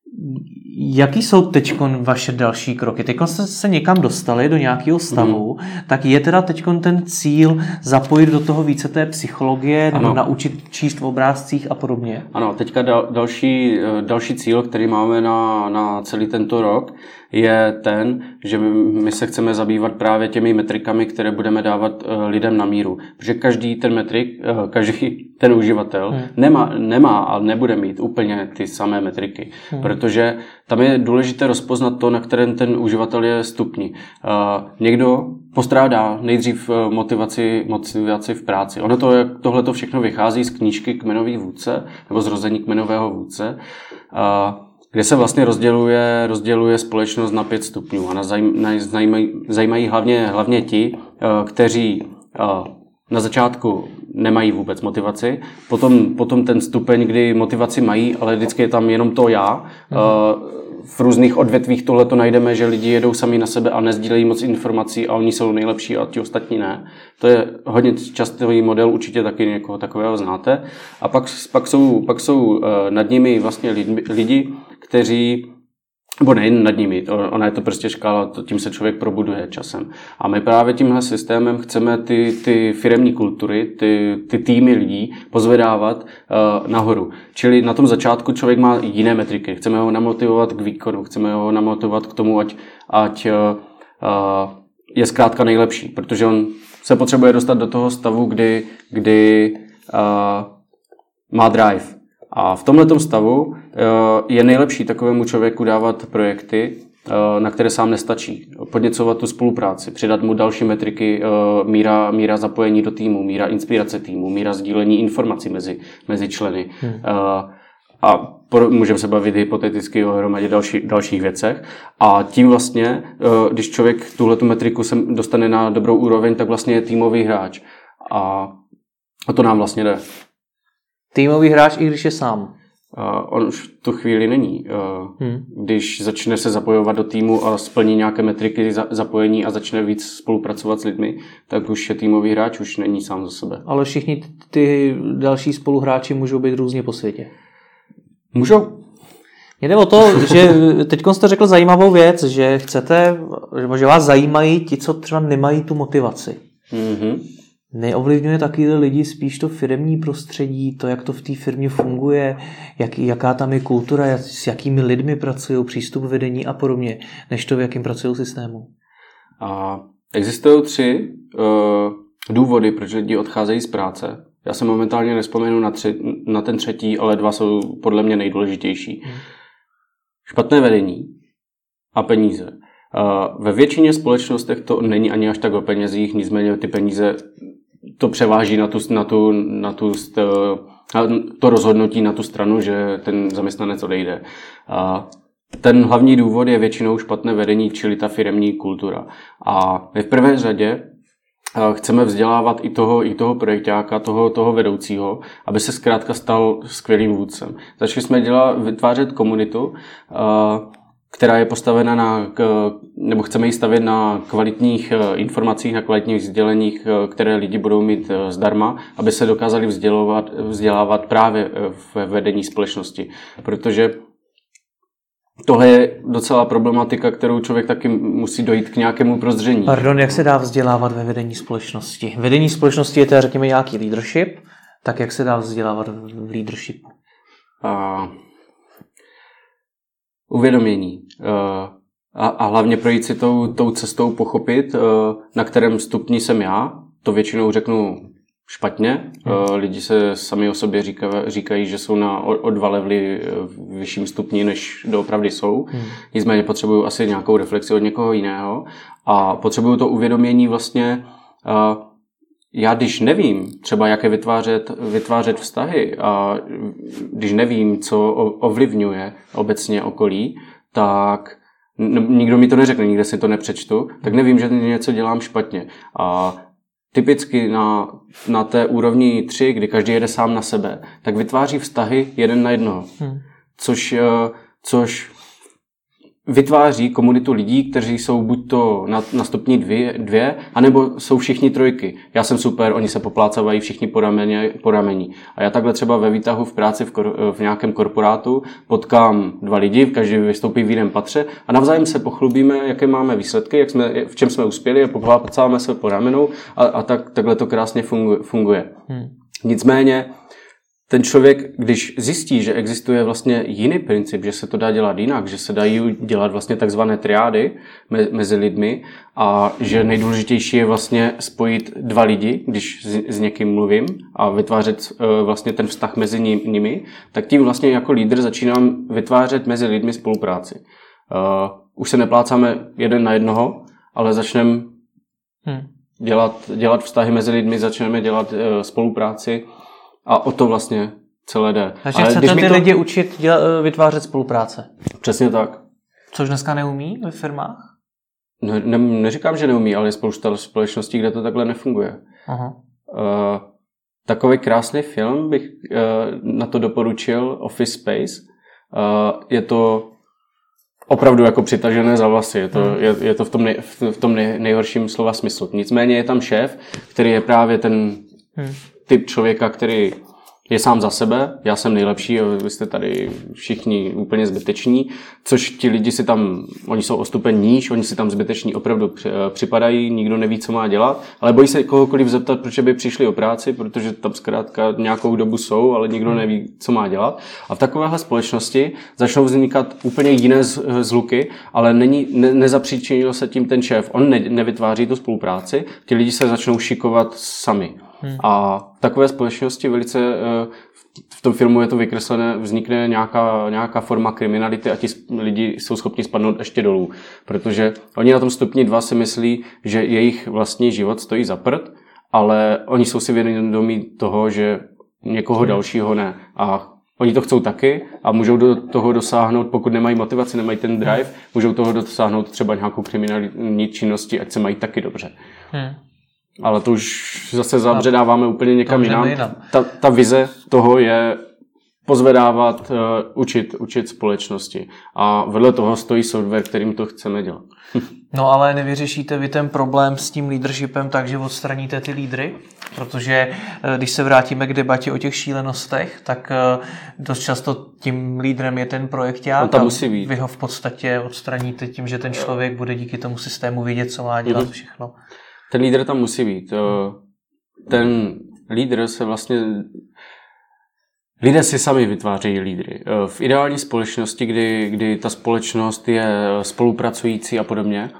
Speaker 1: Jaký jsou teď vaše další kroky? Teď jste se někam dostali do nějakého stavu, tak je teda teď ten cíl zapojit do toho více té psychologie, nebo naučit číst v obrázcích a podobně?
Speaker 2: Ano, teďka další cíl, který máme na celý tento rok, je ten, že my se chceme zabývat právě těmi metrikami, které budeme dávat lidem na míru. Protože každý ten metrik, každý ten uživatel nemá a nebude mít úplně ty samé metriky. Protože tam je důležité rozpoznat to, na kterém ten uživatel je stupni. Někdo postrádá nejdřív motivaci v práci. Tohle všechno vychází z knížky Kmenový vůdce, nebo Zrození kmenového vůdce, kde se vlastně rozděluje společnost na 5 stupňů. A zajímají hlavně ti, kteří na začátku nemají vůbec motivaci, potom ten stupeň, kdy motivaci mají, ale vždycky je tam jenom to já. V různých odvětvích tohleto najdeme, že lidi jedou sami na sebe a nezdílejí moc informací a oni jsou nejlepší a ti ostatní ne. To je hodně častý model, určitě taky někoho takového znáte. A pak jsou nad nimi vlastně lidi, kteří, nebo nejen nad nimi, ona je to prostě škála, tím se člověk probuduje časem. A my právě tímhle systémem chceme ty firemní kultury, ty týmy lidí pozvedávat nahoru. Čili na tom začátku člověk má jiné metriky. Chceme ho namotivovat k výkonu, chceme ho namotivovat k tomu, ať je zkrátka nejlepší, protože on se potřebuje dostat do toho stavu, kdy má drive. A v tomhletom stavu je nejlepší takovému člověku dávat projekty, na které sám nestačí. Podněcovat tu spolupráci, přidat mu další metriky, míra zapojení do týmu, míra inspirace týmu, míra sdílení informací mezi členy. A můžeme se bavit hypoteticky o hromadě dalších věcech. A tím vlastně, když člověk tuhletu metriku se dostane na dobrou úroveň, tak vlastně je týmový hráč. A o to nám vlastně jde.
Speaker 1: Týmový hráč, i když je sám.
Speaker 2: On už v tu chvíli není. Když začne se zapojovat do týmu a splní nějaké metriky zapojení a začne víc spolupracovat s lidmi, tak už je týmový hráč, už není sám za sebe.
Speaker 1: Ale všichni ty další spoluhráči můžou být různě po světě.
Speaker 2: Můžou.
Speaker 1: Jde o to, že teď jste řekl zajímavou věc, že že vás zajímají ti, co třeba nemají tu motivaci. Neovlivňuje taky lidi spíš to firemní prostředí, to, jak to v té firmě funguje, jaká tam je kultura, s jakými lidmi pracují, přístup vedení a podobně, než to, v jakým pracují systému?
Speaker 2: A existují 3 důvody, proč lidi odcházejí z práce. Já se momentálně nespomenu na ten 3, ale 2 jsou podle mě nejdůležitější. Špatné vedení a peníze. Ve většině společnostech to není ani až tak o penězích, nicméně ty peníze to převáží na to rozhodnutí na tu stranu, že ten zaměstnanec odejde. Ten hlavní důvod je většinou špatné vedení, čili ta firemní kultura. A v prvé řadě chceme vzdělávat i toho projekťáka, toho vedoucího, aby se zkrátka stal skvělým vůdcem. Začali jsme vytvářet komunitu, která je postavena nebo chceme ji stavět na kvalitních informacích, na kvalitních sděleních, které lidi budou mít zdarma, aby se dokázali vzdělávat právě v vedení společnosti. Protože tohle je docela problematika, kterou člověk taky musí dojít k nějakému prozření.
Speaker 1: Pardon, jak se dá vzdělávat ve vedení společnosti? Vedení společnosti je teda, řekněme, nějaký leadership, tak jak se dá vzdělávat v leadershipu?
Speaker 2: Uvědomění. A hlavně projít si tou cestou pochopit, na kterém stupni jsem já. To většinou řeknu špatně. Lidi se sami o sobě říkají, že jsou o 2 levely v vyšším stupni, než doopravdy jsou. Nicméně potřebují asi nějakou reflexi od někoho jiného. A potřebují to uvědomění vlastně, já když nevím třeba, jak je vytvářet vztahy a když nevím, co ovlivňuje obecně okolí, tak nikdo mi to neřekne, nikde si to nepřečtu, tak nevím, že něco dělám špatně. A typicky na té úrovni 3, kdy každý jede sám na sebe, tak vytváří vztahy jeden na jednoho. Což vytváří komunitu lidí, kteří jsou buď to na stupni 2, anebo jsou všichni trojky. Já jsem super, oni se poplácavají všichni po rameni. A já takhle třeba ve výtahu v práci v nějakém korporátu potkám 2 lidi, každý vystoupí v jiném patře a navzájem se pochlubíme, jaké máme výsledky, v čem jsme uspěli a poplácáme se po ramenou a takhle to krásně funguje. Nicméně ten člověk, když zjistí, že existuje vlastně jiný princip, že se to dá dělat jinak, že se dají dělat vlastně takzvané triády mezi lidmi a že nejdůležitější je vlastně spojit 2 lidi, když s někým mluvím a vytvářet vlastně ten vztah mezi nimi, tak tím vlastně jako lídr začínám vytvářet mezi lidmi spolupráci. Už se neplácáme jeden na jednoho, ale začneme dělat vztahy mezi lidmi, začneme dělat spolupráci. A o to vlastně celé jde.
Speaker 1: Takže chcete ty lidi učit vytvářet spolupráce?
Speaker 2: Přesně tak.
Speaker 1: Což dneska neumí ve firmách?
Speaker 2: Neříkám, že neumí, ale je spousta společností, kde to takhle nefunguje.
Speaker 1: Aha.
Speaker 2: Takový krásný film bych na to doporučil, Office Space. Je to opravdu jako přitažené za vlasy. Je to v tom nejhorším slova smyslu. Nicméně je tam šéf, který je právě ten typ člověka, který je sám za sebe, já jsem nejlepší a vy jste tady všichni úplně zbyteční, což ti lidi si tam, oni jsou o stupeň níž, oni si tam zbyteční opravdu připadají, nikdo neví, co má dělat, ale bojí se kohokoliv zeptat, proč by přišli o práci, protože tam zkrátka nějakou dobu jsou, ale nikdo neví, co má dělat. A v takovéhle společnosti začnou vznikat úplně jiné zluky, ale nezapříčinil se tím ten šéf. On nevytváří tu spolupráci, ti lidi se začnou šikovat sami. A v takové společnosti velice v tom filmu je to vykreslené, vznikne nějaká forma kriminality a ti lidi jsou schopni spadnout ještě dolů. Protože oni na tom stupni 2 si myslí, že jejich vlastní život stojí za prd, ale oni jsou si vědomí toho, že někoho dalšího ne. A oni to chcou taky a můžou do toho dosáhnout, pokud nemají motivaci, nemají ten drive, můžou toho dosáhnout třeba nějakou kriminální činnosti, ať se mají taky dobře. Ale to už zase zabředáváme úplně někam jinam. Ta vize toho je pozvedávat, učit společnosti. A vedle toho stojí software, kterým to chceme dělat.
Speaker 1: No ale nevyřešíte vy ten problém s tím leadershipem tak, že odstraníte ty lídry? Protože když se vrátíme k debatě o těch šílenostech, tak dost často tím lídrem je ten projekták.
Speaker 2: On musí být.
Speaker 1: Vy ho v podstatě odstraníte tím, že ten člověk bude díky tomu systému vědět, co má dělat všechno.
Speaker 2: Ten lídr tam musí být. Ten lídr se vlastně... Lidé si sami vytvářejí lídry. V ideální společnosti, kdy ta společnost je spolupracující a podobně,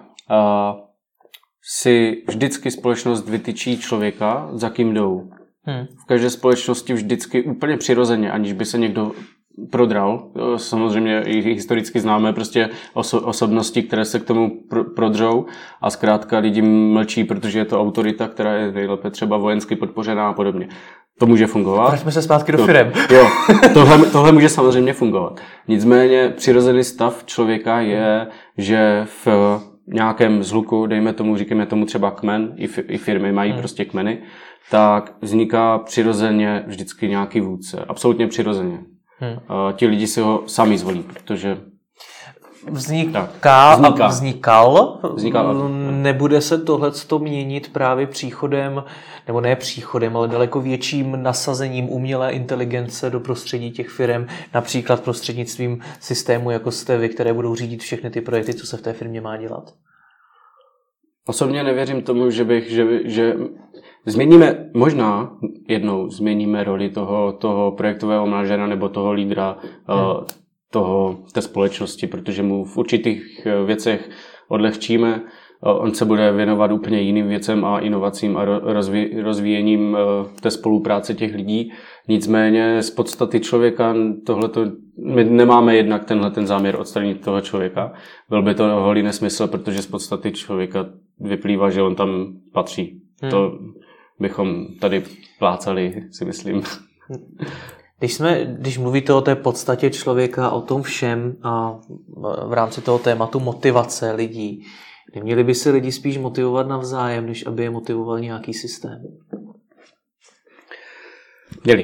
Speaker 2: si vždycky společnost vytyčí člověka, za kým jdou. V každé společnosti vždycky úplně přirozeně, aniž by se někdo prodral. Samozřejmě i historicky známe prostě osobnosti, které se k tomu prodřou a zkrátka lidi mlčí, protože je to autorita, která je nejlépe třeba vojensky podpořená a podobně. To může fungovat.
Speaker 1: Vraťme se zpátky do firem.
Speaker 2: Jo, tohle může samozřejmě fungovat. Nicméně přirozený stav člověka je, že v nějakém zhluku, dejme tomu, říkáme tomu třeba kmen, i firmy mají prostě kmeny, tak vzniká přirozeně vždycky nějaký vůdce. Absolutně přirozeně. Ti lidi si ho sami zvolí, protože
Speaker 1: vznikal. Nebude se tohleto měnit právě příchodem, nebo ne příchodem, ale daleko větším nasazením umělé inteligence do prostředí těch firem, například prostřednictvím systému, jako jste vy, které budou řídit všechny ty projekty, co se v té firmě má dělat?
Speaker 2: Osobně nevěřím tomu, že změníme roli toho projektového manažera nebo toho lídra té společnosti, protože mu v určitých věcech odlehčíme. On se bude věnovat úplně jiným věcem a inovacím a rozvíjením té spolupráce těch lidí. Nicméně z podstaty člověka my nemáme jednak ten záměr odstranit toho člověka. Byl by to holý nesmysl, protože z podstaty člověka vyplývá, že on tam patří. To bychom tady plácali, si myslím.
Speaker 1: Když mluvíte o té podstatě člověka, o tom všem a v rámci toho tématu motivace lidí, neměli by se lidi spíš motivovat navzájem, než aby je motivoval nějaký systém?
Speaker 2: Měli.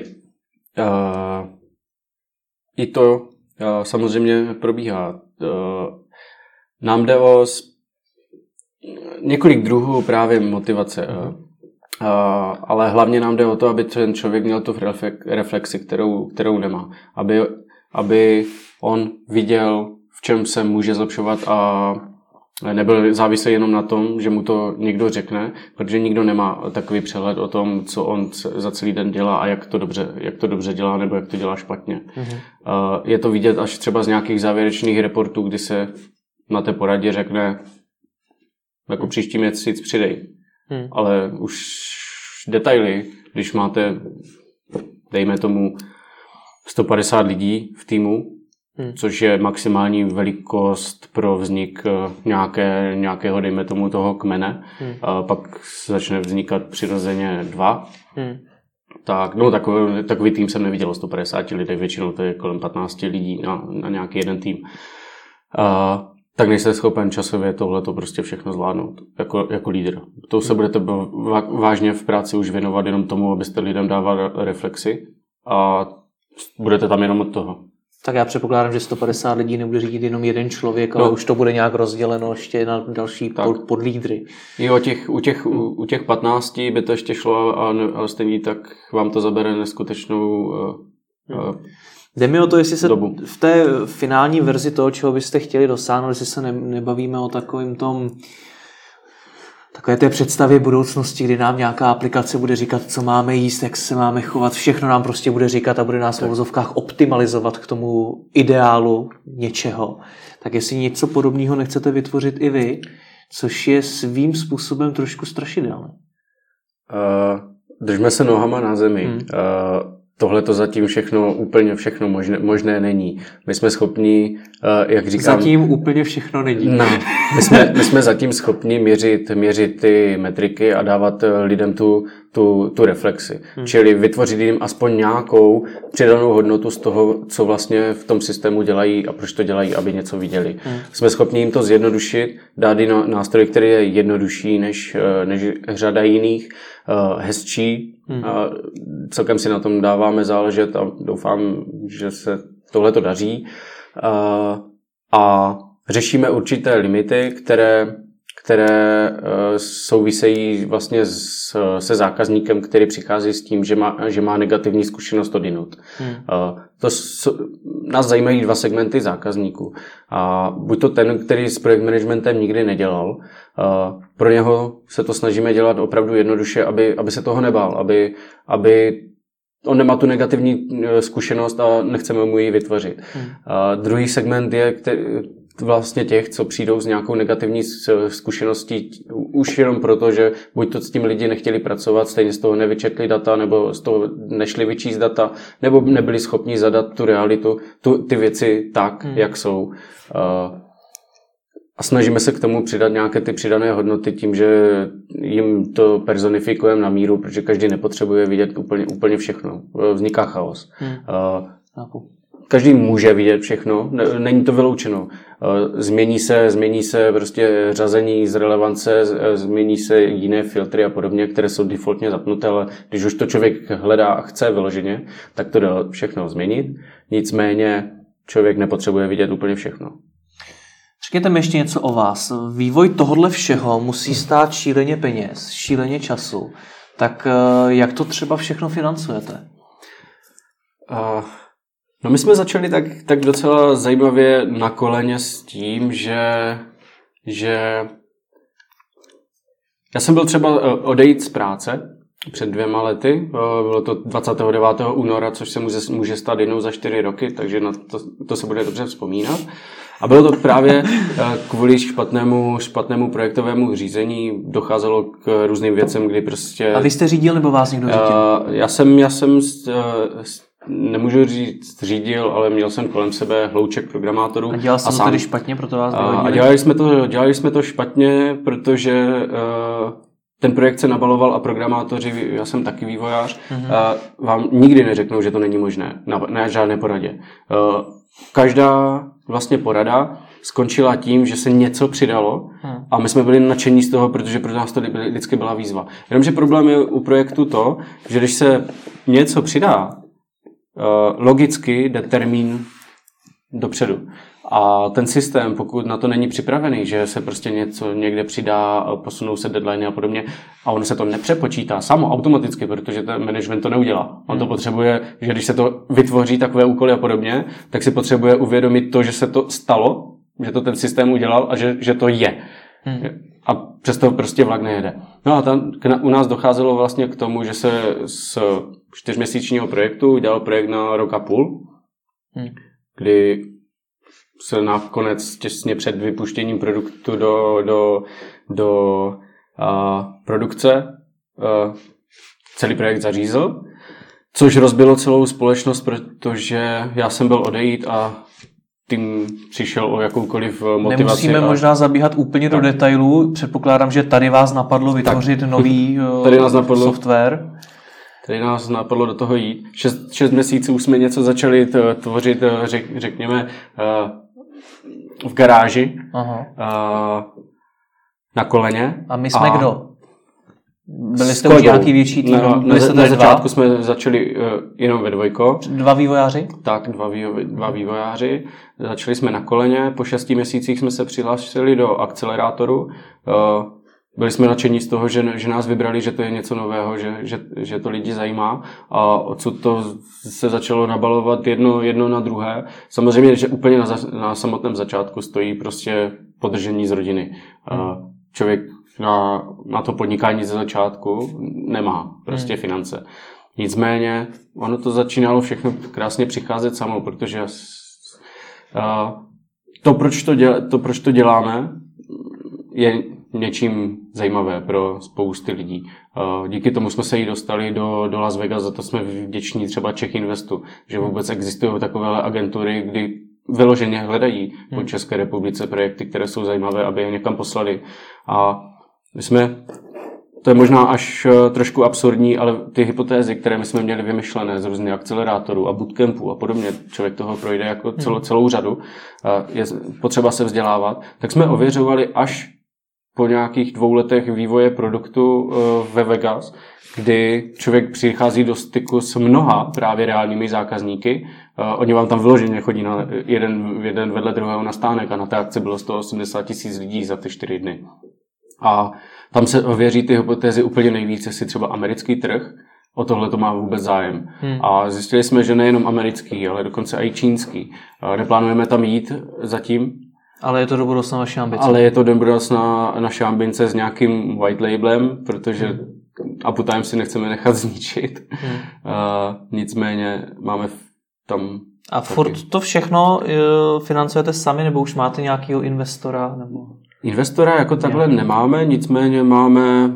Speaker 2: I to samozřejmě probíhá. Nám jde o několik druhů právě motivace. Ale hlavně nám jde o to, aby ten člověk měl tu reflexi, kterou nemá. Aby on viděl, v čem se může zlepšovat a nebyl závislý jenom na tom, že mu to někdo řekne, protože nikdo nemá takový přehled o tom, co on za celý den dělá a jak to dobře dělá nebo jak to dělá špatně. Je to vidět až třeba z nějakých závěrečných reportů, kdy se na té poradě řekne jako příští měsíc přidej. Ale už detaily, když máte, dejme tomu, 150 lidí v týmu, což je maximální velikost pro vznik nějakého, dejme tomu, toho kmene, a pak začne vznikat přirozeně 2. Tak, no takový tým jsem neviděl 150 lidí, většinou to je kolem 15 lidí na nějaký jeden tým. Tak nejste schopen časově tohleto prostě všechno zvládnout jako lídr. To se budete vážně v práci už věnovat jenom tomu, abyste lidem dávali reflexy a budete tam jenom od toho.
Speaker 1: Tak já předpokládám, že 150 lidí nebude řídit jenom jeden člověk, ale už to bude nějak rozděleno ještě na další podlídry.
Speaker 2: Jo, u těch 15 by to ještě šlo a stejně tak vám to zabere neskutečnou
Speaker 1: Jde mi o to, jestli se dobu. V té finální verzi toho, čeho byste chtěli dosáhnout, jestli se nebavíme o takové té představě budoucnosti, kdy nám nějaká aplikace bude říkat, co máme jíst, jak se máme chovat, všechno nám prostě bude říkat a bude nás v uvozovkách optimalizovat k tomu ideálu něčeho. Tak jestli něco podobného nechcete vytvořit i vy, což je svým způsobem trošku strašidelné.
Speaker 2: Držme se nohama na zemi. Tohle to zatím úplně všechno možné není. My jsme schopni, jak říkám...
Speaker 1: Zatím úplně všechno není.
Speaker 2: No, my jsme zatím schopni měřit ty metriky a dávat lidem tu reflexi. Čili vytvořit jim aspoň nějakou přidanou hodnotu z toho, co vlastně v tom systému dělají a proč to dělají, aby něco viděli. Jsme schopni jim to zjednodušit, dát i nástroj, který je jednodušší než řada jiných, hezčí. Celkem si na tom dáváme záležet a doufám, že se tohleto daří. A řešíme určité limity, které souvisejí vlastně se zákazníkem, který přichází s tím, že má negativní zkušenost odinut. Nás zajímají 2 segmenty zákazníků. Buď to ten, který s projekt managementem nikdy nedělal, pro něho se to snažíme dělat opravdu jednoduše, aby se toho nebál, aby on nemá tu negativní zkušenost a nechceme mu ji vytvořit. Druhý segment je vlastně těch, co přijdou s nějakou negativní zkušeností už jenom proto, že buď to s tím lidi nechtěli pracovat, stejně z toho nevyčetli data, nebo z toho nešli vyčíst data, nebo nebyli schopni zadat tu realitu, ty věci tak, jak jsou. A snažíme se k tomu přidat nějaké ty přidané hodnoty tím, že jim to personifikujeme na míru, protože každý nepotřebuje vidět úplně všechno. Vzniká chaos. Každý může vidět všechno, není to vyloučeno. Změní se prostě řazení z relevance, změní se jiné filtry a podobně, které jsou defaultně zapnuté, ale když už to člověk hledá a chce vyloženě, tak to dá všechno změnit. Nicméně člověk nepotřebuje vidět úplně všechno.
Speaker 1: Řekněte mi ještě něco o vás. Vývoj tohodle všeho musí stát šíleně peněz, šíleně času. Tak jak to třeba všechno financujete?
Speaker 2: No my jsme začali tak docela zajímavě na koleně s tím, že já jsem byl třeba odejít z práce před 2 lety, bylo to 29. února, což se může stát jednou za 4 roky, takže na to se bude dobře vzpomínat. A bylo to právě kvůli špatnému projektovému řízení, docházelo k různým věcem, kdy prostě...
Speaker 1: A vy jste řídil nebo vás někdo řídil?
Speaker 2: Já jsem nemůžu řídil, ale měl jsem kolem sebe hlouček programátorů.
Speaker 1: A dělal jsem to tedy špatně, proto vás vyhodili?
Speaker 2: A dělali jsme to špatně, protože ten projekt se nabaloval a programátoři, já jsem taky vývojář, vám nikdy neřeknou, že to není možné na žádné poradě. Každá vlastně porada skončila tím, že se něco přidalo a my jsme byli nadšení z toho, protože pro nás to vždycky byla výzva. Jenomže problém je u projektu to, že když se něco přidá, logicky jde termín dopředu. A ten systém, pokud na to není připravený, že se prostě něco někde přidá, posunou se deadline a podobně, a ono se to nepřepočítá samo automaticky, protože ten management to neudělá. On to potřebuje, že když se to vytvoří takové úkoly a podobně, tak si potřebuje uvědomit to, že se to stalo, že to ten systém udělal a že to je. A přesto prostě vlak nejede. No a tam u nás docházelo vlastně k tomu, že se z 4měsíčního projektu udělal projekt na rok a půl, kdy se nakonec těsně před vypuštěním produktu do produkce celý projekt zařízl, což rozbilo celou společnost, protože já jsem byl odejít a tým přišel o jakoukoliv motivaci.
Speaker 1: Nemusíme možná zabíhat úplně do detailů. Předpokládám, že tady vás napadlo vytvořit nový software.
Speaker 2: Tady nás napadlo do toho jít. 6 měsíců jsme něco začali tvořit, řekněme, v garáži. Na koleně.
Speaker 1: A my jsme kdo? Byli jste už nějaký větší tým?
Speaker 2: Na začátku jsme začali jenom ve dvojko.
Speaker 1: 2 vývojáři?
Speaker 2: Tak, dva vývojáři. Začali jsme na koleně, po 6 měsících jsme se přihlásili do akcelerátoru. Byli jsme nadšení z toho, že nás vybrali, že to je něco nového, že to lidi zajímá, a odsud to se začalo nabalovat jedno na druhé. Samozřejmě, že úplně na samotném začátku stojí prostě podržení z rodiny. Člověk na to podnikání ze začátku nemá prostě finance. Nicméně ono to začínalo všechno krásně přicházet samo, protože proč to děláme, je něčím zajímavé pro spousty lidí. Díky tomu jsme se jí dostali do Las Vegas, za to jsme vděční třeba Czech Investu, že vůbec existují takovéhle agentury, kdy vyloženě hledají po České republice projekty, které jsou zajímavé, aby je někam poslali. A to je možná až trošku absurdní, ale ty hypotézy, které my jsme měli vymyšlené z různých akcelerátorů a bootcampů a podobně, člověk toho projde jako celou řadu, je potřeba se vzdělávat, tak jsme ověřovali až po nějakých 2 letech vývoje produktu ve Vegas, kdy člověk přichází do styku s mnoha právě reálnými zákazníky. Oni vám tam vyloženě chodí na jeden vedle druhého na stánek a na té akci bylo 180 000 lidí za ty 4 dny. A tam se ověří ty hypotézy úplně nejvíce, si třeba americký trh, o tohle to má vůbec zájem. A zjistili jsme, že nejenom americký, ale dokonce i čínský. Neplánujeme tam jít zatím.
Speaker 1: Ale je to do budoucna naše ambice.
Speaker 2: Ale je to do budoucna naše ambice s nějakým white labelem, protože Uptime si nechceme nechat zničit. Nicméně máme tam...
Speaker 1: A furt to všechno financujete sami, nebo už máte nějakého investora? Nebo...
Speaker 2: Investora jako takhle nemáme, nicméně máme,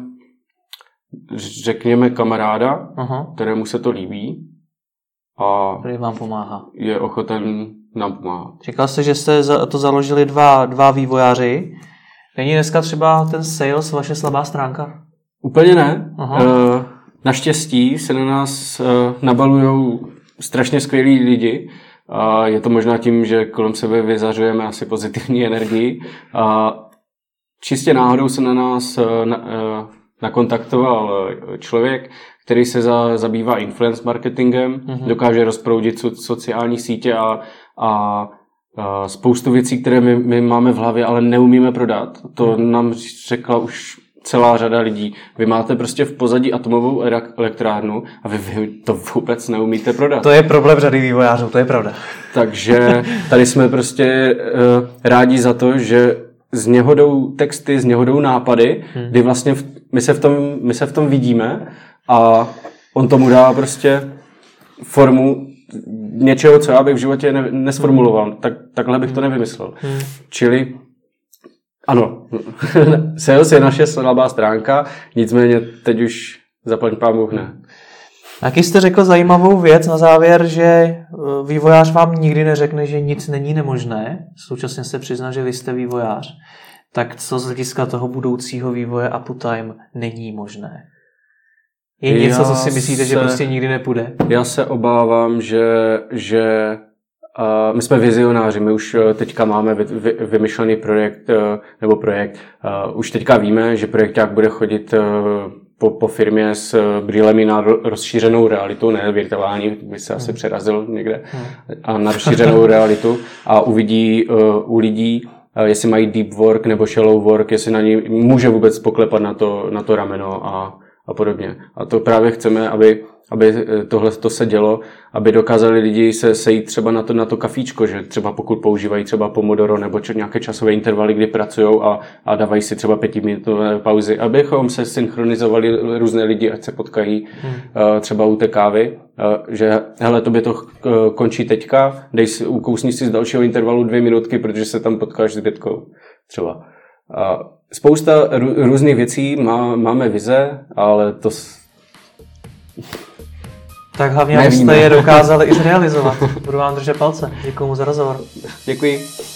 Speaker 2: řekněme, kamaráda, kterému se to líbí. A
Speaker 1: který vám pomáhá.
Speaker 2: Je ochoten nám pomáhat.
Speaker 1: Říkal jste, že jste to založili dva vývojáři. Není dneska třeba ten sales vaše slabá stránka?
Speaker 2: Úplně ne. Naštěstí se na nás nabalujou strašně skvělí lidi. A je to možná tím, že kolem sebe vyzařujeme asi pozitivní energii. A čistě náhodou se na nás nakontaktoval člověk, který se zabývá influence marketingem, dokáže rozproudit sociální sítě a spoustu věcí, které my máme v hlavě, ale neumíme prodat. To nám řekla už celá řada lidí. Vy máte prostě v pozadí atomovou elektrárnu a vy to vůbec neumíte prodat.
Speaker 1: To je problém řady vývojářů, to je pravda.
Speaker 2: Takže tady jsme prostě rádi za to, že z něho jdou texty, z něho jdou nápady, kdy vlastně my se v tom vidíme a on tomu dá prostě formu něčeho, co já bych v životě nesformuloval. Takhle bych to nevymyslel. Čili ano, sales je naše slabá stránka, nicméně teď už zaplň pán Bůh ne.
Speaker 1: Taky jste řekl zajímavou věc na závěr, že vývojář vám nikdy neřekne, že nic není nemožné. Současně se přizná, že vy jste vývojář. Tak co z hlediska toho budoucího vývoje Uptime není možné? Je něco, co si myslíte, že prostě nikdy nepůjde?
Speaker 2: Já se obávám, že my jsme vizionáři, my už teďka máme vymyšlený projekt, už teďka víme, že projekták bude chodit po firmě s brýlemi na rozšířenou realitu, ne virtuální, by se asi přerazil někde, a na rozšířenou realitu a uvidí u lidí, jestli mají deep work nebo shallow work, jestli na ní může vůbec poklepat na to rameno a podobně. A to právě chceme, aby tohle to se dělo, aby dokázali lidi se sejít třeba na to kafíčko, že třeba pokud používají třeba Pomodoro nebo nějaké časové intervaly, kdy pracují a dávají si třeba 5minutové pauzy, abychom se synchronizovali různé lidi, ať se potkají třeba u té kávy, že hele, tobě to končí teďka, ukousni si z dalšího intervalu 2 minutky, protože se tam potkáš s Bětkou třeba. Spousta různých věcí, máme vize, ale to...
Speaker 1: Tak hlavně, abyste je dokázali i zrealizovat. Budu vám držet palce. Děkuju mu za rozhovor.
Speaker 2: Děkuji.